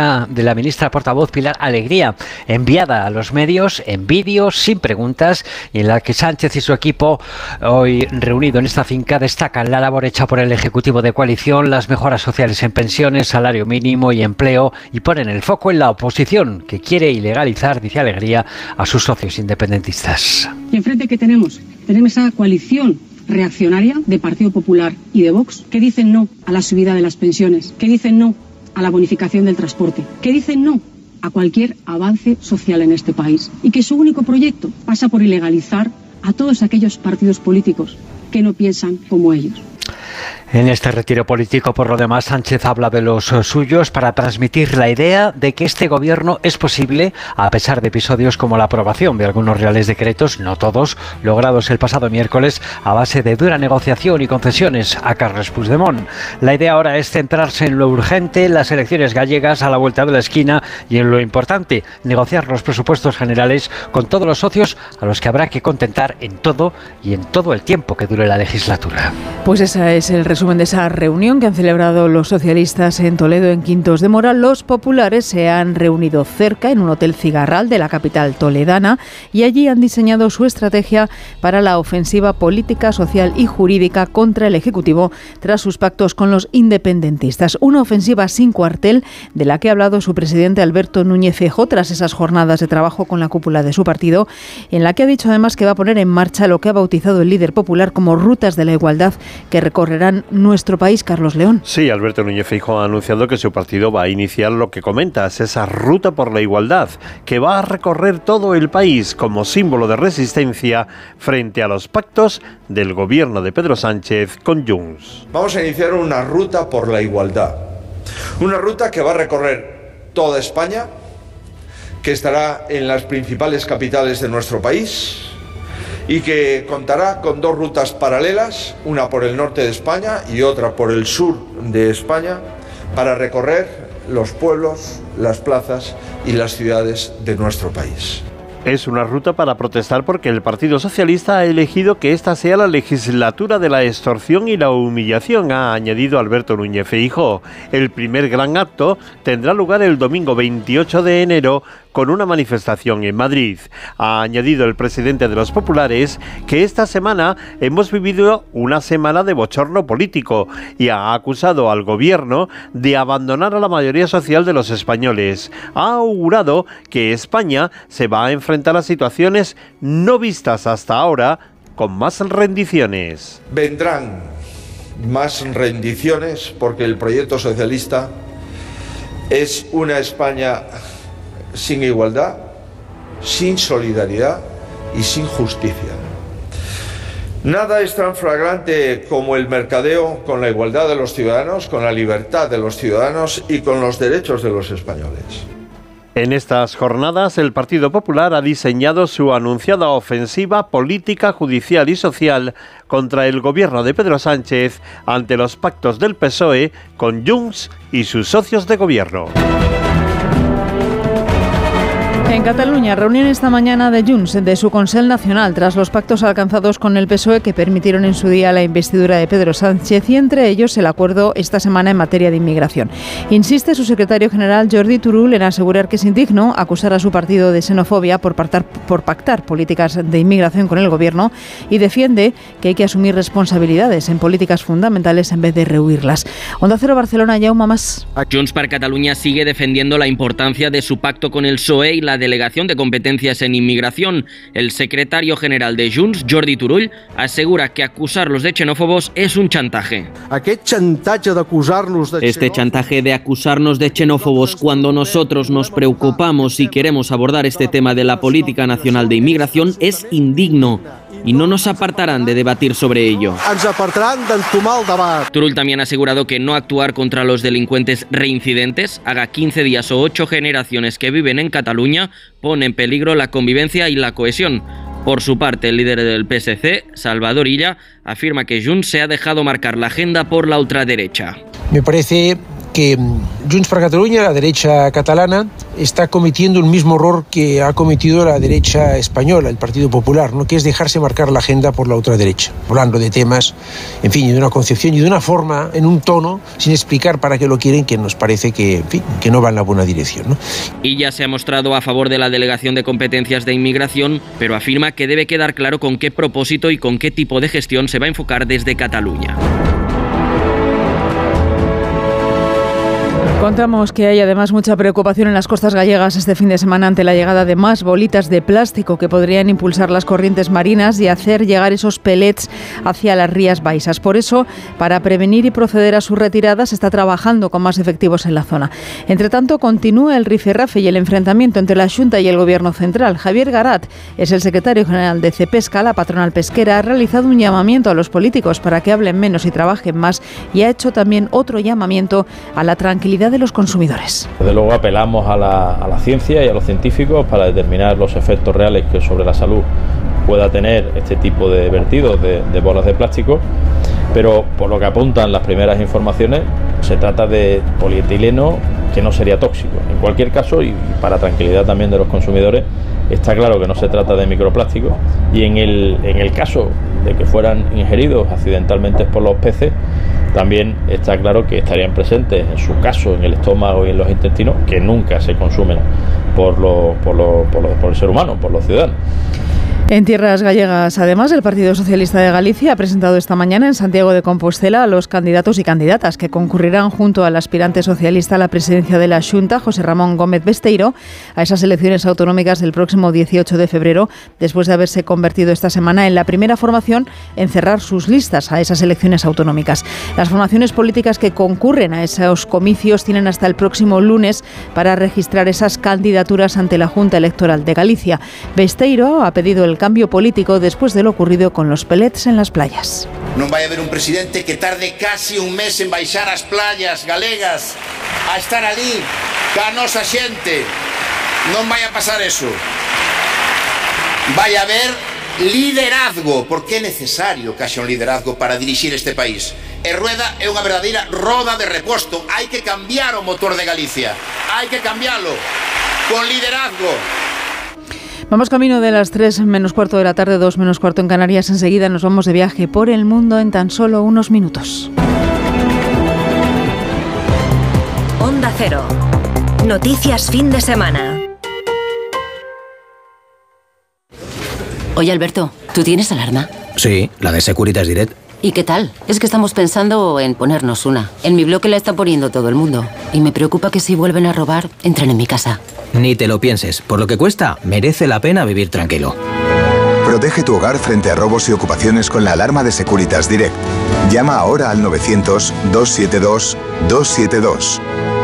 la ministra portavoz Pilar Alegría, enviada a los medios en vídeo, sin preguntas, y en la que Sánchez y su equipo, hoy reunido en esta finca, destacan la labor hecha por el Ejecutivo de coalición, las mejoras sociales en pensiones, salario mínimo y empleo, y ponen el foco en la oposición, que quiere ilegalizar, dice Alegría, a sus socios independentistas. Y enfrente que tenemos esa coalición reaccionaria de Partido Popular y de Vox, que dicen no a la subida de las pensiones, que dicen no a la bonificación del transporte, que dicen no a cualquier avance social en este país, y que su único proyecto pasa por ilegalizar a todos aquellos partidos políticos que no piensan como ellos. En este retiro político, por lo demás, Sánchez habla de los suyos para transmitir la idea de que este gobierno es posible a pesar de episodios como la aprobación de algunos reales decretos, no todos, logrados el pasado miércoles a base de dura negociación y concesiones a Carles Puigdemont. La idea ahora es centrarse en lo urgente, las elecciones gallegas a la vuelta de la esquina, y en lo importante, negociar los presupuestos generales con todos los socios a los que habrá que contentar en todo y en todo el tiempo que dure la legislatura. Pues ese es el resumen de esa reunión que han celebrado los socialistas en Toledo, en Quintos de Mora. Los populares se han reunido cerca, en un hotel Cigarral de la capital toledana, y allí han diseñado su estrategia para la ofensiva política, social y jurídica contra el Ejecutivo tras sus pactos con los independentistas. Una ofensiva sin cuartel de la que ha hablado su presidente Alberto Núñez Feijóo tras esas jornadas de trabajo con la cúpula de su partido, en la que ha dicho además que va a poner en marcha lo que ha bautizado el líder popular como rutas de la igualdad que recorrerán nuestro país. Carlos León. Sí, Alberto Núñez Feijóo ha anunciado que su partido va a iniciar lo que comentas, esa ruta por la igualdad, que va a recorrer todo el país como símbolo de resistencia frente a los pactos del gobierno de Pedro Sánchez con Junts. Vamos a iniciar una ruta por la igualdad, una ruta que va a recorrer toda España, que estará en las principales capitales de nuestro país, y que contará con dos rutas paralelas, una por el norte de España y otra por el sur de España, para recorrer los pueblos, las plazas y las ciudades de nuestro país. Es una ruta para protestar porque el Partido Socialista ha elegido que esta sea la legislatura de la extorsión y la humillación, ha añadido Alberto Núñez Feijóo. El primer gran acto tendrá lugar el domingo 28 de enero con una manifestación en Madrid. Ha añadido el presidente de los populares que esta semana hemos vivido una semana de bochorno político y ha acusado al gobierno de abandonar a la mayoría social de los españoles. Ha augurado que España se va a enfrentar a situaciones no vistas hasta ahora con más rendiciones. Vendrán más rendiciones porque el proyecto socialista es una España sin igualdad, sin solidaridad y sin justicia. Nada es tan flagrante como el mercadeo con la igualdad de los ciudadanos, con la libertad de los ciudadanos y con los derechos de los españoles. En estas jornadas, el Partido Popular ha diseñado su anunciada ofensiva política, judicial y social contra el gobierno de Pedro Sánchez ante los pactos del PSOE con Junts y sus socios de gobierno. En Cataluña, reunión esta mañana de Junts, de su Consell Nacional, tras los pactos alcanzados con el PSOE que permitieron en su día la investidura de Pedro Sánchez, y entre ellos el acuerdo esta semana en materia de inmigración. Insiste su secretario general Jordi Turull en asegurar que es indigno acusar a su partido de xenofobia por pactar políticas de inmigración con el gobierno, y defiende que hay que asumir responsabilidades en políticas fundamentales en vez de rehuirlas. Onda Cero Barcelona, Jaume Mas. Junts per Catalunya sigue defendiendo la importancia de su pacto con el PSOE y la Delegación de Competencias en Inmigración. El secretario general de Junts, Jordi Turull, asegura que acusarlos de xenófobos es un chantaje. Este chantaje de acusarnos de xenófobos cuando nosotros nos preocupamos y queremos abordar este tema de la política nacional de inmigración es indigno. Y no nos apartarán de debatir sobre ello. Turull también ha asegurado que no actuar contra los delincuentes reincidentes, haga 15 días o 8 generaciones que viven en Cataluña, pone en peligro la convivencia y la cohesión. Por su parte, el líder del PSC, Salvador Illa, afirma que Junts se ha dejado marcar la agenda por la ultraderecha. Me parece que Junts per Catalunya, la derecha catalana, está cometiendo el mismo error que ha cometido la derecha española, el Partido Popular, ¿no? Que es dejarse marcar la agenda por la ultraderecha, hablando de temas, en fin, y de una concepción y de una forma, en un tono, sin explicar para qué lo quieren, que nos parece que, en fin, que no va en la buena dirección, ¿no? Y ya se ha mostrado a favor de la delegación de competencias de inmigración, pero afirma que debe quedar claro con qué propósito y con qué tipo de gestión se va a enfocar desde Cataluña. Contamos que hay además mucha preocupación en las costas gallegas este fin de semana ante la llegada de más bolitas de plástico que podrían impulsar las corrientes marinas y hacer llegar esos pellets hacia las Rías Baixas. Por eso, para prevenir y proceder a su retirada, se está trabajando con más efectivos en la zona. Entre tanto, continúa el rifirrafe y el enfrentamiento entre la Xunta y el Gobierno central. Javier Garat es el secretario general de Cepesca. La patronal pesquera ha realizado un llamamiento a los políticos para que hablen menos y trabajen más y ha hecho también otro llamamiento a la tranquilidad de los consumidores. Desde luego apelamos a la ciencia y a los científicos para determinar los efectos reales que sobre la salud pueda tener este tipo de vertidos de bolas de plástico, pero por lo que apuntan las primeras informaciones, se trata de polietileno que no sería tóxico. En cualquier caso, y para tranquilidad también de los consumidores, está claro que no se trata de microplásticos, y en el caso de que fueran ingeridos accidentalmente por los peces, también está claro que estarían presentes, en su caso, en el estómago y en los intestinos, que nunca se consumen por el ser humano, por los ciudadanos. En tierras gallegas, además, el Partido Socialista de Galicia ha presentado esta mañana en Santiago de Compostela a los candidatos y candidatas que concurrirán junto al aspirante socialista a la presidencia de la Xunta, José Ramón Gómez Besteiro, a esas elecciones autonómicas del próximo 18 de febrero, después de haberse convertido esta semana en la primera formación en cerrar sus listas a esas elecciones autonómicas. Las formaciones políticas que concurren a esos comicios tienen hasta el próximo lunes para registrar esas candidaturas ante la Junta Electoral de Galicia. Besteiro ha pedido el cambio político después de lo ocurrido con los pellets en las playas. Non vai haber un presidente que tarde casi un mes en baixar as playas galegas a estar ali ca nosa xente. Non vai a pasar eso. Vai haber liderazgo, porque é necesario que haxa un liderazgo para dirixir este país. E Rueda é unha verdadeira roda de reposto. Hai que cambiar o motor de Galicia. Hai que cambiarlo con liderazgo. Vamos camino de las 3 menos cuarto de la tarde, 2 menos cuarto en Canarias. Enseguida nos vamos de viaje por el mundo en tan solo unos minutos. Onda Cero. Noticias fin de semana. Oye, Alberto, ¿tú tienes alarma? Sí, la de Securitas Direct. ¿Y qué tal? Es que estamos pensando en ponernos una. En mi bloque la está poniendo todo el mundo. Y me preocupa que si vuelven a robar, entren en mi casa. Ni te lo pienses. Por lo que cuesta, merece la pena vivir tranquilo. Protege tu hogar frente a robos y ocupaciones con la alarma de Securitas Direct. Llama ahora al 900-272-272.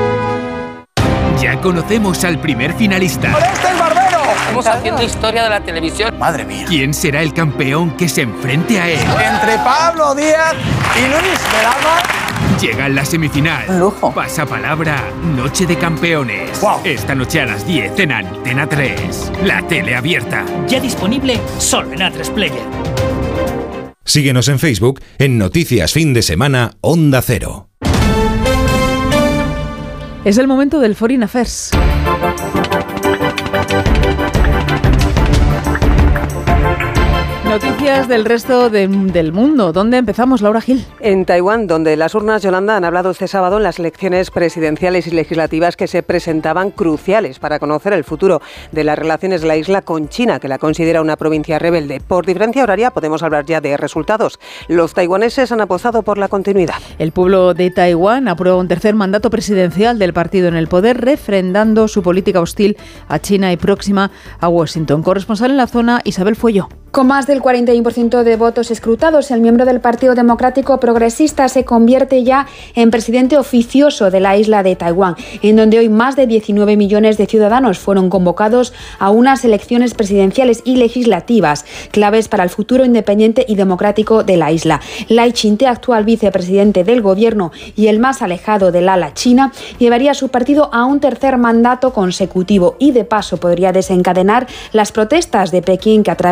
Ya conocemos al primer finalista. ¡Este es Barbero! Estamos haciendo historia de la televisión. Madre mía. ¿Quién será el campeón que se enfrente a él? Entre Pablo Díaz y Luis Velama. Llega en la semifinal. Un lujo. Pasapalabra, Noche de Campeones. Wow. Esta noche a las 10 en Antena 3. La tele abierta. Ya disponible solo en A3 Player. Síguenos en Facebook en Noticias Fin de Semana Onda Cero. Es el momento del Foreign Affairs. Noticias del resto del mundo. ¿Dónde empezamos, Laura Gil? En Taiwán, donde las urnas, Yolanda, han hablado este sábado en las elecciones presidenciales y legislativas que se presentaban cruciales para conocer el futuro de las relaciones de la isla con China, que la considera una provincia rebelde. Por diferencia horaria podemos hablar ya de resultados. Los taiwaneses han apostado por la continuidad. El pueblo de Taiwán aprueba un tercer mandato presidencial del partido en el poder, refrendando su política hostil a China y próxima a Washington. Corresponsal en la zona, Isabel Fuello. Con más del 41% de votos escrutados, el miembro del Partido Democrático Progresista se convierte ya en presidente oficioso de la isla de Taiwán, en donde hoy más de 19 millones de ciudadanos fueron convocados a unas elecciones presidenciales y legislativas, claves para el futuro independiente y democrático de la isla. Lai Ching-te, actual vicepresidente del gobierno y el más alejado del ala china, llevaría a su partido a un tercer mandato consecutivo y de paso podría desencadenar las protestas de Pekín, que a través de representantes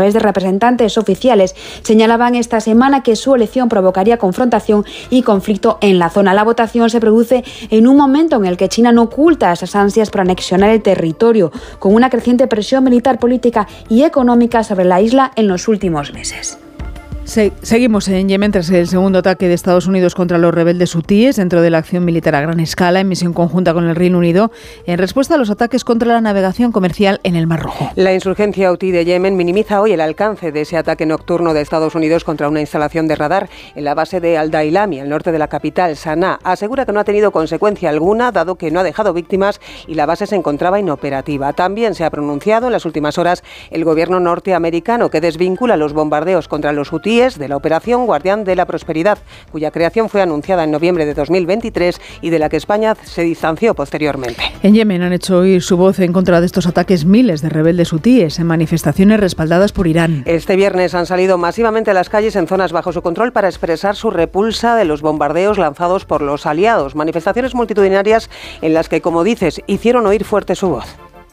representantes oficiales señalaban esta semana que su elección provocaría confrontación y conflicto en la zona. La votación se produce en un momento en el que China no oculta esas ansias por anexionar el territorio, con una creciente presión militar, política y económica sobre la isla en los últimos meses. Seguimos en Yemen tras el segundo ataque de Estados Unidos contra los rebeldes hutíes dentro de la acción militar a gran escala en misión conjunta con el Reino Unido en respuesta a los ataques contra la navegación comercial en el Mar Rojo. La insurgencia hutí de Yemen minimiza hoy el alcance de ese ataque nocturno de Estados Unidos contra una instalación de radar en la base de Al-Dailami, al norte de la capital, Sanaa. Asegura que no ha tenido consecuencia alguna, dado que no ha dejado víctimas y la base se encontraba inoperativa. También se ha pronunciado en las últimas horas el gobierno norteamericano, que desvincula los bombardeos contra los hutíes de la operación Guardián de la Prosperidad, cuya creación fue anunciada en noviembre de 2023 y de la que España se distanció posteriormente. En Yemen han hecho oír su voz en contra de estos ataques miles de rebeldes hutíes en manifestaciones respaldadas por Irán. Este viernes han salido masivamente a las calles en zonas bajo su control para expresar su repulsa de los bombardeos lanzados por los aliados. Manifestaciones multitudinarias en las que, como dices, hicieron oír fuerte su voz.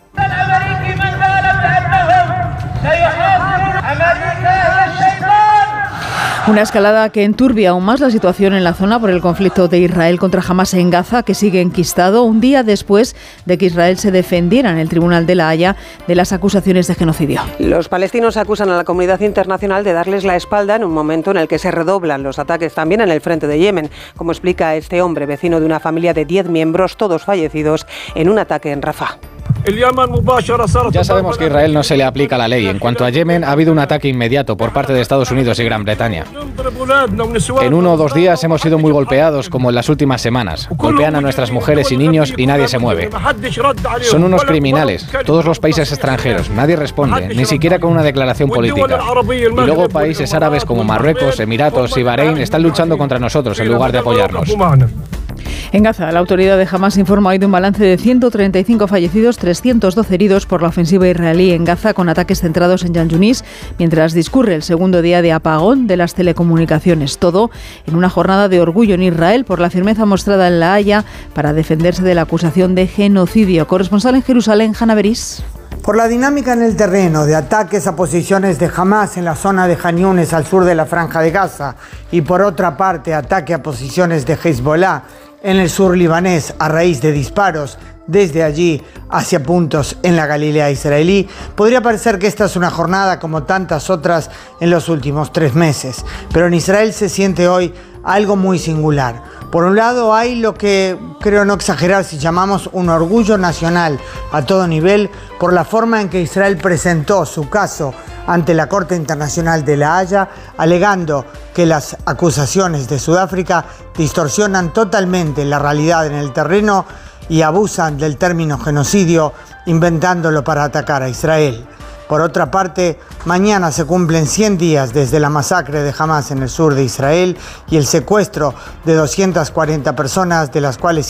Una escalada que enturbia aún más la situación en la zona por el conflicto de Israel contra Hamás en Gaza, que sigue enquistado un día después de que Israel se defendiera en el Tribunal de la Haya de las acusaciones de genocidio. Los palestinos acusan a la comunidad internacional de darles la espalda en un momento en el que se redoblan los ataques también en el frente de Yemen, como explica este hombre, vecino de una familia de 10 miembros, todos fallecidos en un ataque en Rafah. Ya sabemos que a Israel no se le aplica la ley. En cuanto a Yemen, ha habido un ataque inmediato por parte de Estados Unidos y Gran Bretaña. En 1 o 2 días hemos sido muy golpeados, como en las últimas semanas. Golpean a nuestras mujeres y niños y nadie se mueve. Son unos criminales, todos los países extranjeros. Nadie responde, ni siquiera con una declaración política. Y luego países árabes como Marruecos, Emiratos y Bahrein están luchando contra nosotros en lugar de apoyarnos. En Gaza, la autoridad de Hamás informa hoy de un balance de 135 fallecidos, 312 heridos por la ofensiva israelí en Gaza, con ataques centrados en Yan Yunis, mientras discurre el segundo día de apagón de las telecomunicaciones. Todo en una jornada de orgullo en Israel por la firmeza mostrada en La Haya para defenderse de la acusación de genocidio. Corresponsal en Jerusalén, Hanna Beris. Por la dinámica en el terreno de ataques a posiciones de Hamás en la zona de Jan Yunis al sur de la Franja de Gaza y por otra parte ataque a posiciones de Hezbollah en el sur libanés a raíz de disparos desde allí hacia puntos en la Galilea israelí, podría parecer que esta es una jornada como tantas otras en los últimos 3 meses. Pero en Israel se siente hoy algo muy singular. Por un lado hay lo que, creo no exagerar si llamamos un orgullo nacional a todo nivel por la forma en que Israel presentó su caso ante la Corte Internacional de La Haya, alegando que las acusaciones de Sudáfrica distorsionan totalmente la realidad en el terreno y abusan del término genocidio, inventándolo para atacar a Israel. Por otra parte, mañana se cumplen 100 días desde la masacre de Hamás en el sur de Israel y el secuestro de 240 personas, de las cuales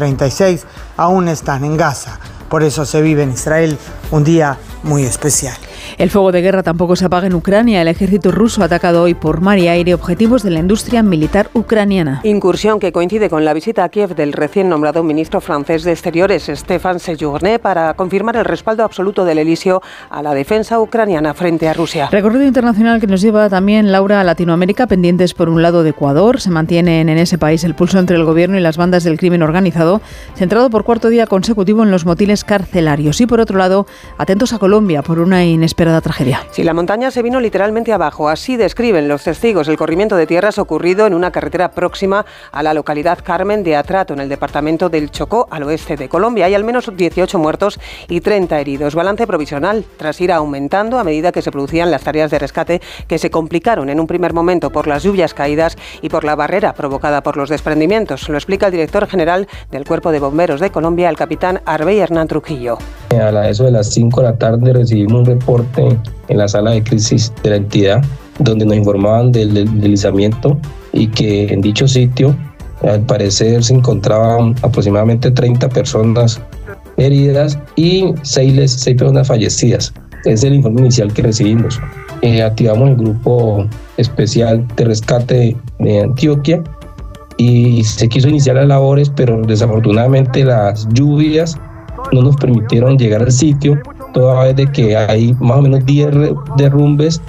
136 aún están en Gaza. Por eso se vive en Israel un día muy especial. El fuego de guerra tampoco se apaga en Ucrania. El ejército ruso ha atacado hoy por mar y aire objetivos de la industria militar ucraniana. Incursión que coincide con la visita a Kiev del recién nombrado ministro francés de Exteriores, Stéphane Séjourné, para confirmar el respaldo absoluto del Elíseo a la defensa ucraniana frente a Rusia. Recorrido internacional que nos lleva también, Laura, a Latinoamérica, pendientes por un lado de Ecuador. Se mantienen en ese país el pulso entre el gobierno y las bandas del crimen organizado, centrado por cuarto día consecutivo en los motiles carcelarios. Y por otro lado, atentos a Colombia por una inesperada tragedia. Sí, la montaña se vino literalmente abajo. Así describen los testigos el corrimiento de tierras ocurrido en una carretera próxima a la localidad Carmen de Atrato, en el departamento del Chocó, al oeste de Colombia. Hay al menos 18 muertos y 30 heridos. Balance provisional, tras ir aumentando a medida que se producían las tareas de rescate, que se complicaron en un primer momento por las lluvias caídas y por la barrera provocada por los desprendimientos. Lo explica el director general del Cuerpo de Bomberos de Colombia, el capitán Arbey Hernán Trujillo. A eso de las 5 de la tarde recibimos un reporte en la sala de crisis de la entidad, donde nos informaban del deslizamiento y que en dicho sitio al parecer se encontraban aproximadamente 30 personas heridas y 6 personas fallecidas. Es el informe inicial que recibimos. Activamos el grupo especial de rescate de Antioquia y se quiso iniciar las labores, pero desafortunadamente las lluvias no nos permitieron llegar al sitio, toda vez de que hay más o menos 10 derrumbes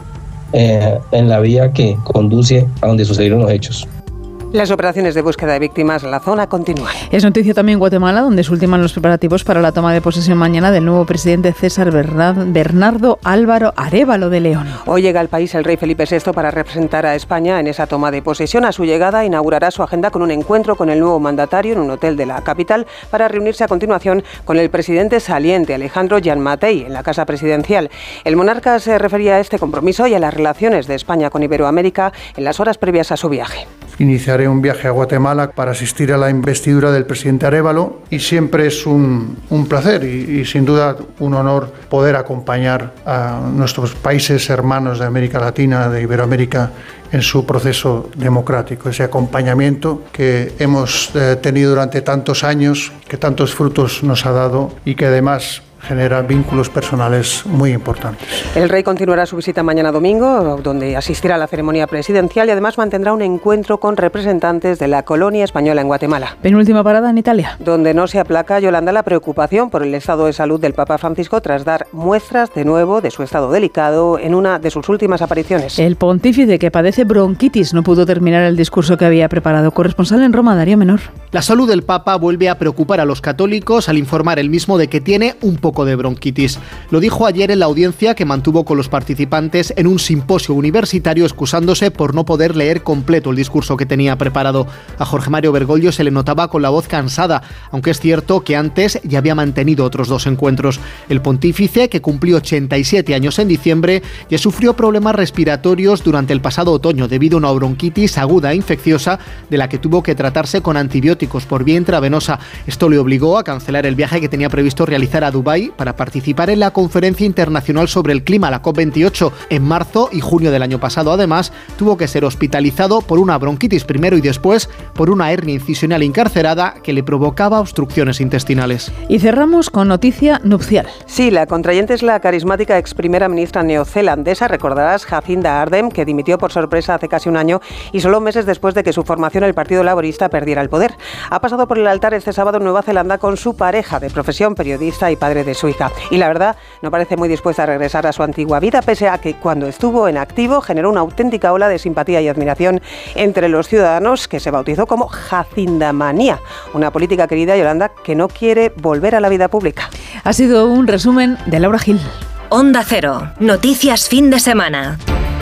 en la vía que conduce a donde sucedieron los hechos. Las operaciones de búsqueda de víctimas en la zona continúan. Es noticia también en Guatemala, donde se ultiman los preparativos para la toma de posesión mañana del nuevo presidente César Bernardo Álvaro Arévalo de León. Hoy llega al país el rey Felipe VI para representar a España en esa toma de posesión. A su llegada inaugurará su agenda con un encuentro con el nuevo mandatario en un hotel de la capital para reunirse a continuación con el presidente saliente Alejandro Gianmattei en la Casa Presidencial. El monarca se refería a este compromiso y a las relaciones de España con Iberoamérica en las horas previas a su viaje. Iniciaré un viaje a Guatemala para asistir a la investidura del presidente Arévalo y siempre es un placer y sin duda un honor poder acompañar a nuestros países hermanos de América Latina, de Iberoamérica, en su proceso democrático, ese acompañamiento que hemos tenido durante tantos años, que tantos frutos nos ha dado y que además genera vínculos personales muy importantes. El rey continuará su visita mañana domingo, donde asistirá a la ceremonia presidencial y además mantendrá un encuentro con representantes de la colonia española en Guatemala. Penúltima parada en Italia, donde no se aplaca, Yolanda, la preocupación por el estado de salud del Papa Francisco tras dar muestras de nuevo de su estado delicado en una de sus últimas apariciones. El pontífice, que padece bronquitis, no pudo terminar el discurso que había preparado. Corresponsal en Roma, Darío Menor. La salud del Papa vuelve a preocupar a los católicos al informar él mismo de que tiene un poco de bronquitis. Lo dijo ayer en la audiencia que mantuvo con los participantes en un simposio universitario, excusándose por no poder leer completo el discurso que tenía preparado. A Jorge Mario Bergoglio se le notaba con la voz cansada, aunque es cierto que antes ya había mantenido otros 2 encuentros. El pontífice, que cumplió 87 años en diciembre, ya sufrió problemas respiratorios durante el pasado otoño debido a una bronquitis aguda e infecciosa de la que tuvo que tratarse con antibióticos por vía intravenosa. Esto le obligó a cancelar el viaje que tenía previsto realizar a Dubái para participar en la Conferencia Internacional sobre el Clima, la COP28. En marzo y junio del año pasado, además, tuvo que ser hospitalizado por una bronquitis primero y después por una hernia incisional incarcerada que le provocaba obstrucciones intestinales. Y cerramos con noticia nupcial. Sí, la contrayente es la carismática ex primera ministra neozelandesa, recordarás, Jacinda Ardern, que dimitió por sorpresa hace casi un año y solo meses después de que su formación, el Partido Laborista, perdiera el poder. Ha pasado por el altar este sábado en Nueva Zelanda con su pareja de profesión, periodista y padre de su hija. Y la verdad, no parece muy dispuesta a regresar a su antigua vida, pese a que cuando estuvo en activo generó una auténtica ola de simpatía y admiración entre los ciudadanos, que se bautizó como Jacindamanía, una política querida, Yolanda, que no quiere volver a la vida pública. Ha sido un resumen de Laura Gil. Onda Cero, noticias fin de semana.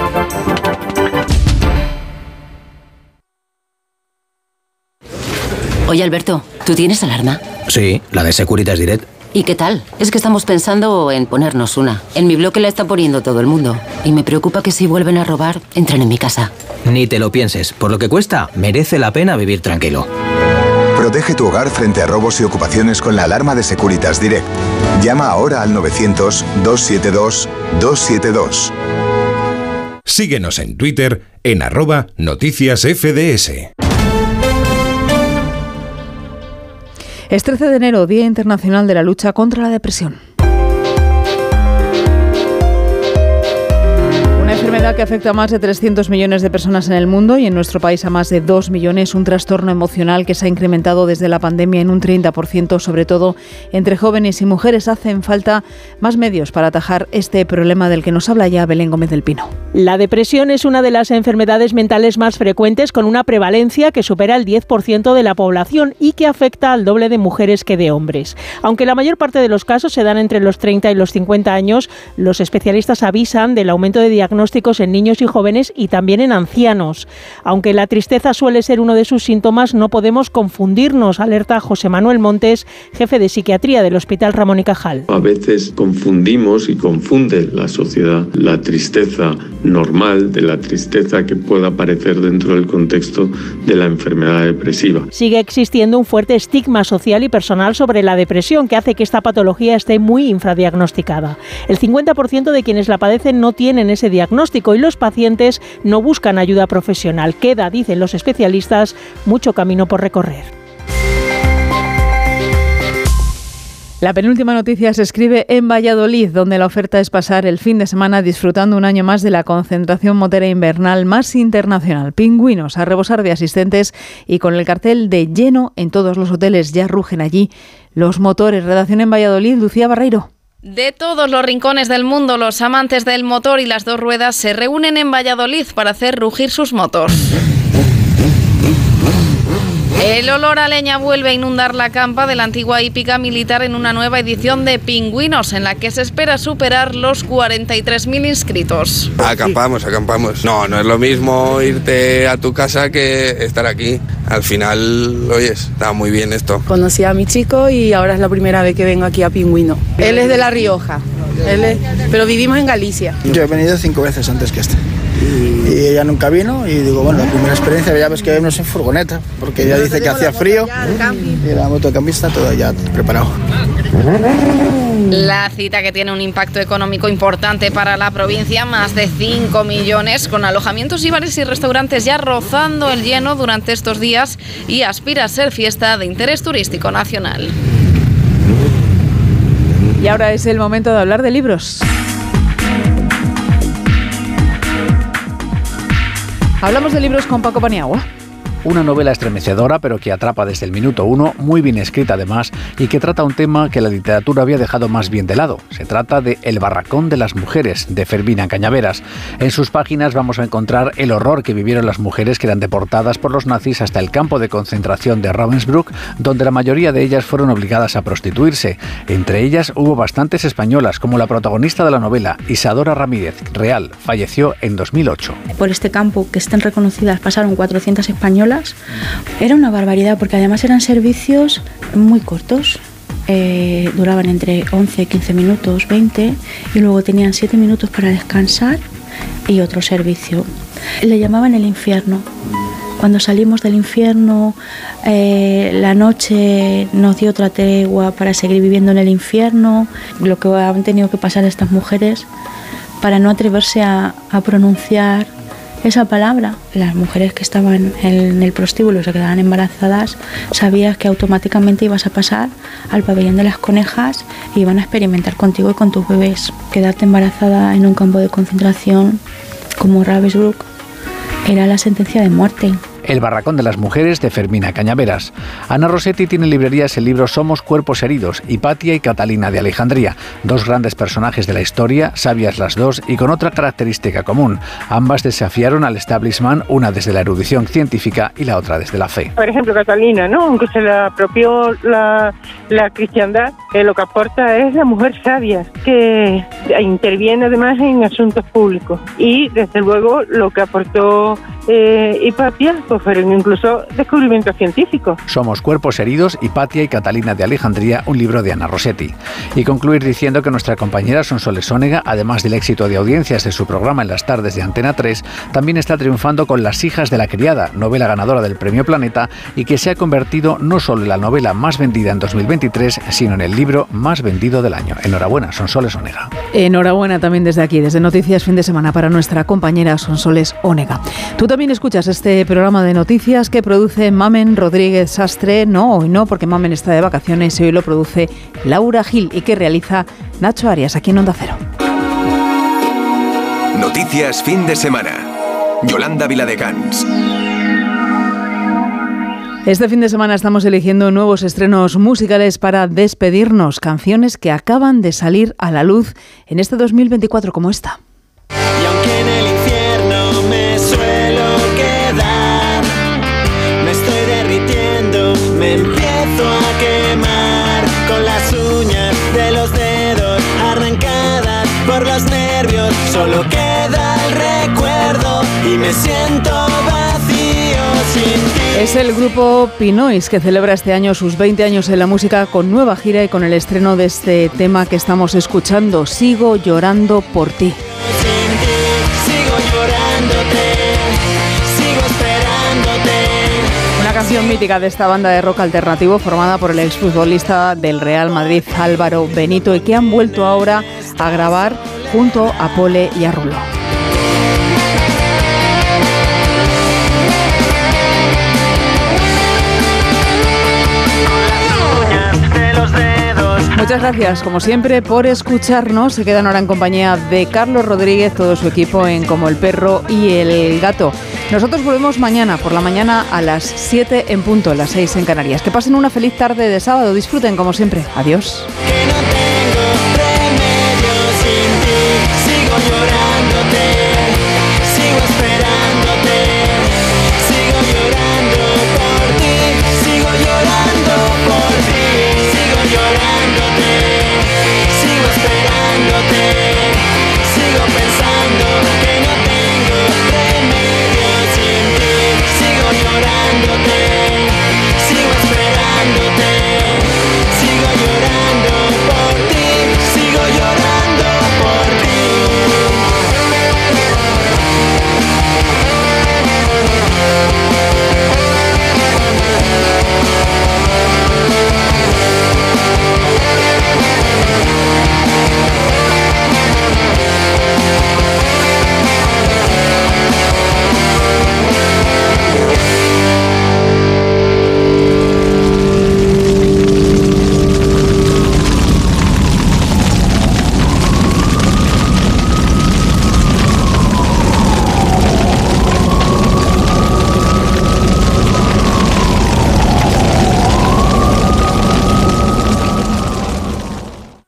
Oye, Alberto, ¿tú tienes alarma? Sí, la de Securitas Direct. ¿Y qué tal? Es que estamos pensando en ponernos una. En mi bloque la está poniendo todo el mundo. Y me preocupa que si vuelven a robar, entren en mi casa. Ni te lo pienses. Por lo que cuesta, merece la pena vivir tranquilo. Protege tu hogar frente a robos y ocupaciones con la alarma de Securitas Direct. Llama ahora al 900-272-272. Síguenos en Twitter en @noticiasfds. Es 13 de enero, Día Internacional de la Lucha contra la Depresión. Una enfermedad que afecta a más de 300 millones de personas en el mundo y en nuestro país a más de 2 millones, un trastorno emocional que se ha incrementado desde la pandemia en un 30%, sobre todo entre jóvenes y mujeres. Hacen falta más medios para atajar este problema del que nos habla ya Belén Gómez del Pino. La depresión es una de las enfermedades mentales más frecuentes, con una prevalencia que supera el 10% de la población y que afecta al doble de mujeres que de hombres. Aunque la mayor parte de los casos se dan entre los 30 y los 50 años, los especialistas avisan del aumento de diagnósticos en niños y jóvenes y también en ancianos. Aunque la tristeza suele ser uno de sus síntomas, no podemos confundirnos, alerta José Manuel Montes, jefe de psiquiatría del Hospital Ramón y Cajal. A veces confundimos y confunde la sociedad la tristeza normal de la tristeza que pueda aparecer dentro del contexto de la enfermedad depresiva. Sigue existiendo un fuerte estigma social y personal sobre la depresión que hace que esta patología esté muy infradiagnosticada. El 50% de quienes la padecen no tienen ese diagnóstico y los pacientes no buscan ayuda profesional. Queda, dicen los especialistas, mucho camino por recorrer. La penúltima noticia se escribe en Valladolid, donde la oferta es pasar el fin de semana disfrutando un año más de la concentración motera invernal más internacional. Pingüinos a rebosar de asistentes y con el cartel de lleno en todos los hoteles. Ya rugen allí los motores. Redacción en Valladolid, Lucía Barreiro. De todos los rincones del mundo, los amantes del motor y las dos ruedas se reúnen en Valladolid para hacer rugir sus motos. El olor a leña vuelve a inundar la campa de la antigua hípica militar en una nueva edición de Pingüinos, en la que se espera superar los 43.000 inscritos. Acampamos. No es lo mismo irte a tu casa que estar aquí. Al final, oyes, está muy bien esto. Conocí a mi chico y ahora es la primera vez que vengo aquí a Pingüino. Él es de La Rioja, pero vivimos en Galicia. Yo he venido 5 veces antes que este. Y ella nunca vino y digo, bueno, la primera experiencia ya ves que vemos en furgoneta, porque ella dice que hacía frío y la motocampista todo ya preparado. La cita, que tiene un impacto económico importante para la provincia, más de 5 millones, con alojamientos y bares y restaurantes ya rozando el lleno durante estos días, y aspira a ser fiesta de interés turístico nacional. Y ahora es el momento de hablar de libros. Hablamos de libros con Paco Paniagua. Una novela estremecedora, pero que atrapa desde el minuto 1, muy bien escrita además, y que trata un tema que la literatura había dejado más bien de lado. Se trata de El barracón de las mujeres, de Fermina Cañaveras. En sus páginas vamos a encontrar el horror que vivieron las mujeres que eran deportadas por los nazis hasta el campo de concentración de Ravensbrück, donde la mayoría de ellas fueron obligadas a prostituirse. Entre ellas hubo bastantes españolas, como la protagonista de la novela, Isadora Ramírez Real, falleció en 2008. Por este campo, que estén reconocidas, pasaron 400 españolas. Era una barbaridad, porque además eran servicios muy cortos, duraban entre 11, 15 minutos, 20, y luego tenían 7 minutos para descansar y otro servicio. Le llamaban el infierno. Cuando salimos del infierno, la noche nos dio otra tregua para seguir viviendo en el infierno, lo que han tenido que pasar estas mujeres para no atreverse a pronunciar esa palabra. Las mujeres que estaban en el prostíbulo y se quedaban embarazadas, sabías que automáticamente ibas a pasar al pabellón de las conejas y iban a experimentar contigo y con tus bebés. Quedarte embarazada en un campo de concentración como Ravensbrück era la sentencia de muerte. El barracón de las mujeres, de Fermina Cañaveras. Ana Rossetti tiene en librerías el libro Somos cuerpos heridos, Hipatia y Catalina de Alejandría, dos grandes personajes de la historia, sabias las dos y con otra característica común. Ambas desafiaron al establishment, una desde la erudición científica y la otra desde la fe. Por ejemplo, Catalina, ¿no? Aunque se la apropió la cristiandad, lo que aporta es la mujer sabia, que interviene además en asuntos públicos. Y desde luego lo que aportó Hipatia, pues fueron incluso descubrimientos científicos. Somos cuerpos heridos, Hipatia y Catalina de Alejandría, un libro de Ana Rossetti. Y concluir diciendo que nuestra compañera Sonsoles Onega, además del éxito de audiencias de su programa en las tardes de Antena 3, también está triunfando con Las hijas de la criada, novela ganadora del Premio Planeta y que se ha convertido no solo en la novela más vendida en 2023, sino en el libro más vendido del año. Enhorabuena, Sonsoles Onega. Enhorabuena también desde aquí, desde Noticias Fin de Semana, para nuestra compañera Sonsoles Onega. Tú también escuchas este programa de noticias que produce Mamen Rodríguez Sastre. No, hoy no, porque Mamen está de vacaciones y hoy lo produce Laura Gil y que realiza Nacho Arias aquí en Onda Cero. Noticias Fin de Semana. Yolanda Viladecans. Este fin de semana estamos eligiendo nuevos estrenos musicales para despedirnos, canciones que acaban de salir a la luz en este 2024 como esta. Y aunque en el infierno me suelo quedar, me estoy derritiendo, me empiezo a quemar, con las uñas de los dedos arrancadas por los nervios, solo queda el recuerdo y me siento vacío sin ti. Es el grupo Pinois que celebra este año sus 20 años en la música con nueva gira y con el estreno de este tema que estamos escuchando, Sigo llorando por ti. Sigo llorándote, sigo esperándote. Una canción mítica de esta banda de rock alternativo formada por el exfutbolista del Real Madrid, Álvaro Benito, y que han vuelto ahora a grabar junto a Pole y a Rulo. Muchas gracias, como siempre, por escucharnos. Se quedan ahora en compañía de Carlos Rodríguez, todo su equipo en Como el perro y el gato. Nosotros volvemos mañana, por la mañana a las 7 en punto, las 6 en Canarias. Que pasen una feliz tarde de sábado. Disfruten, como siempre. Adiós.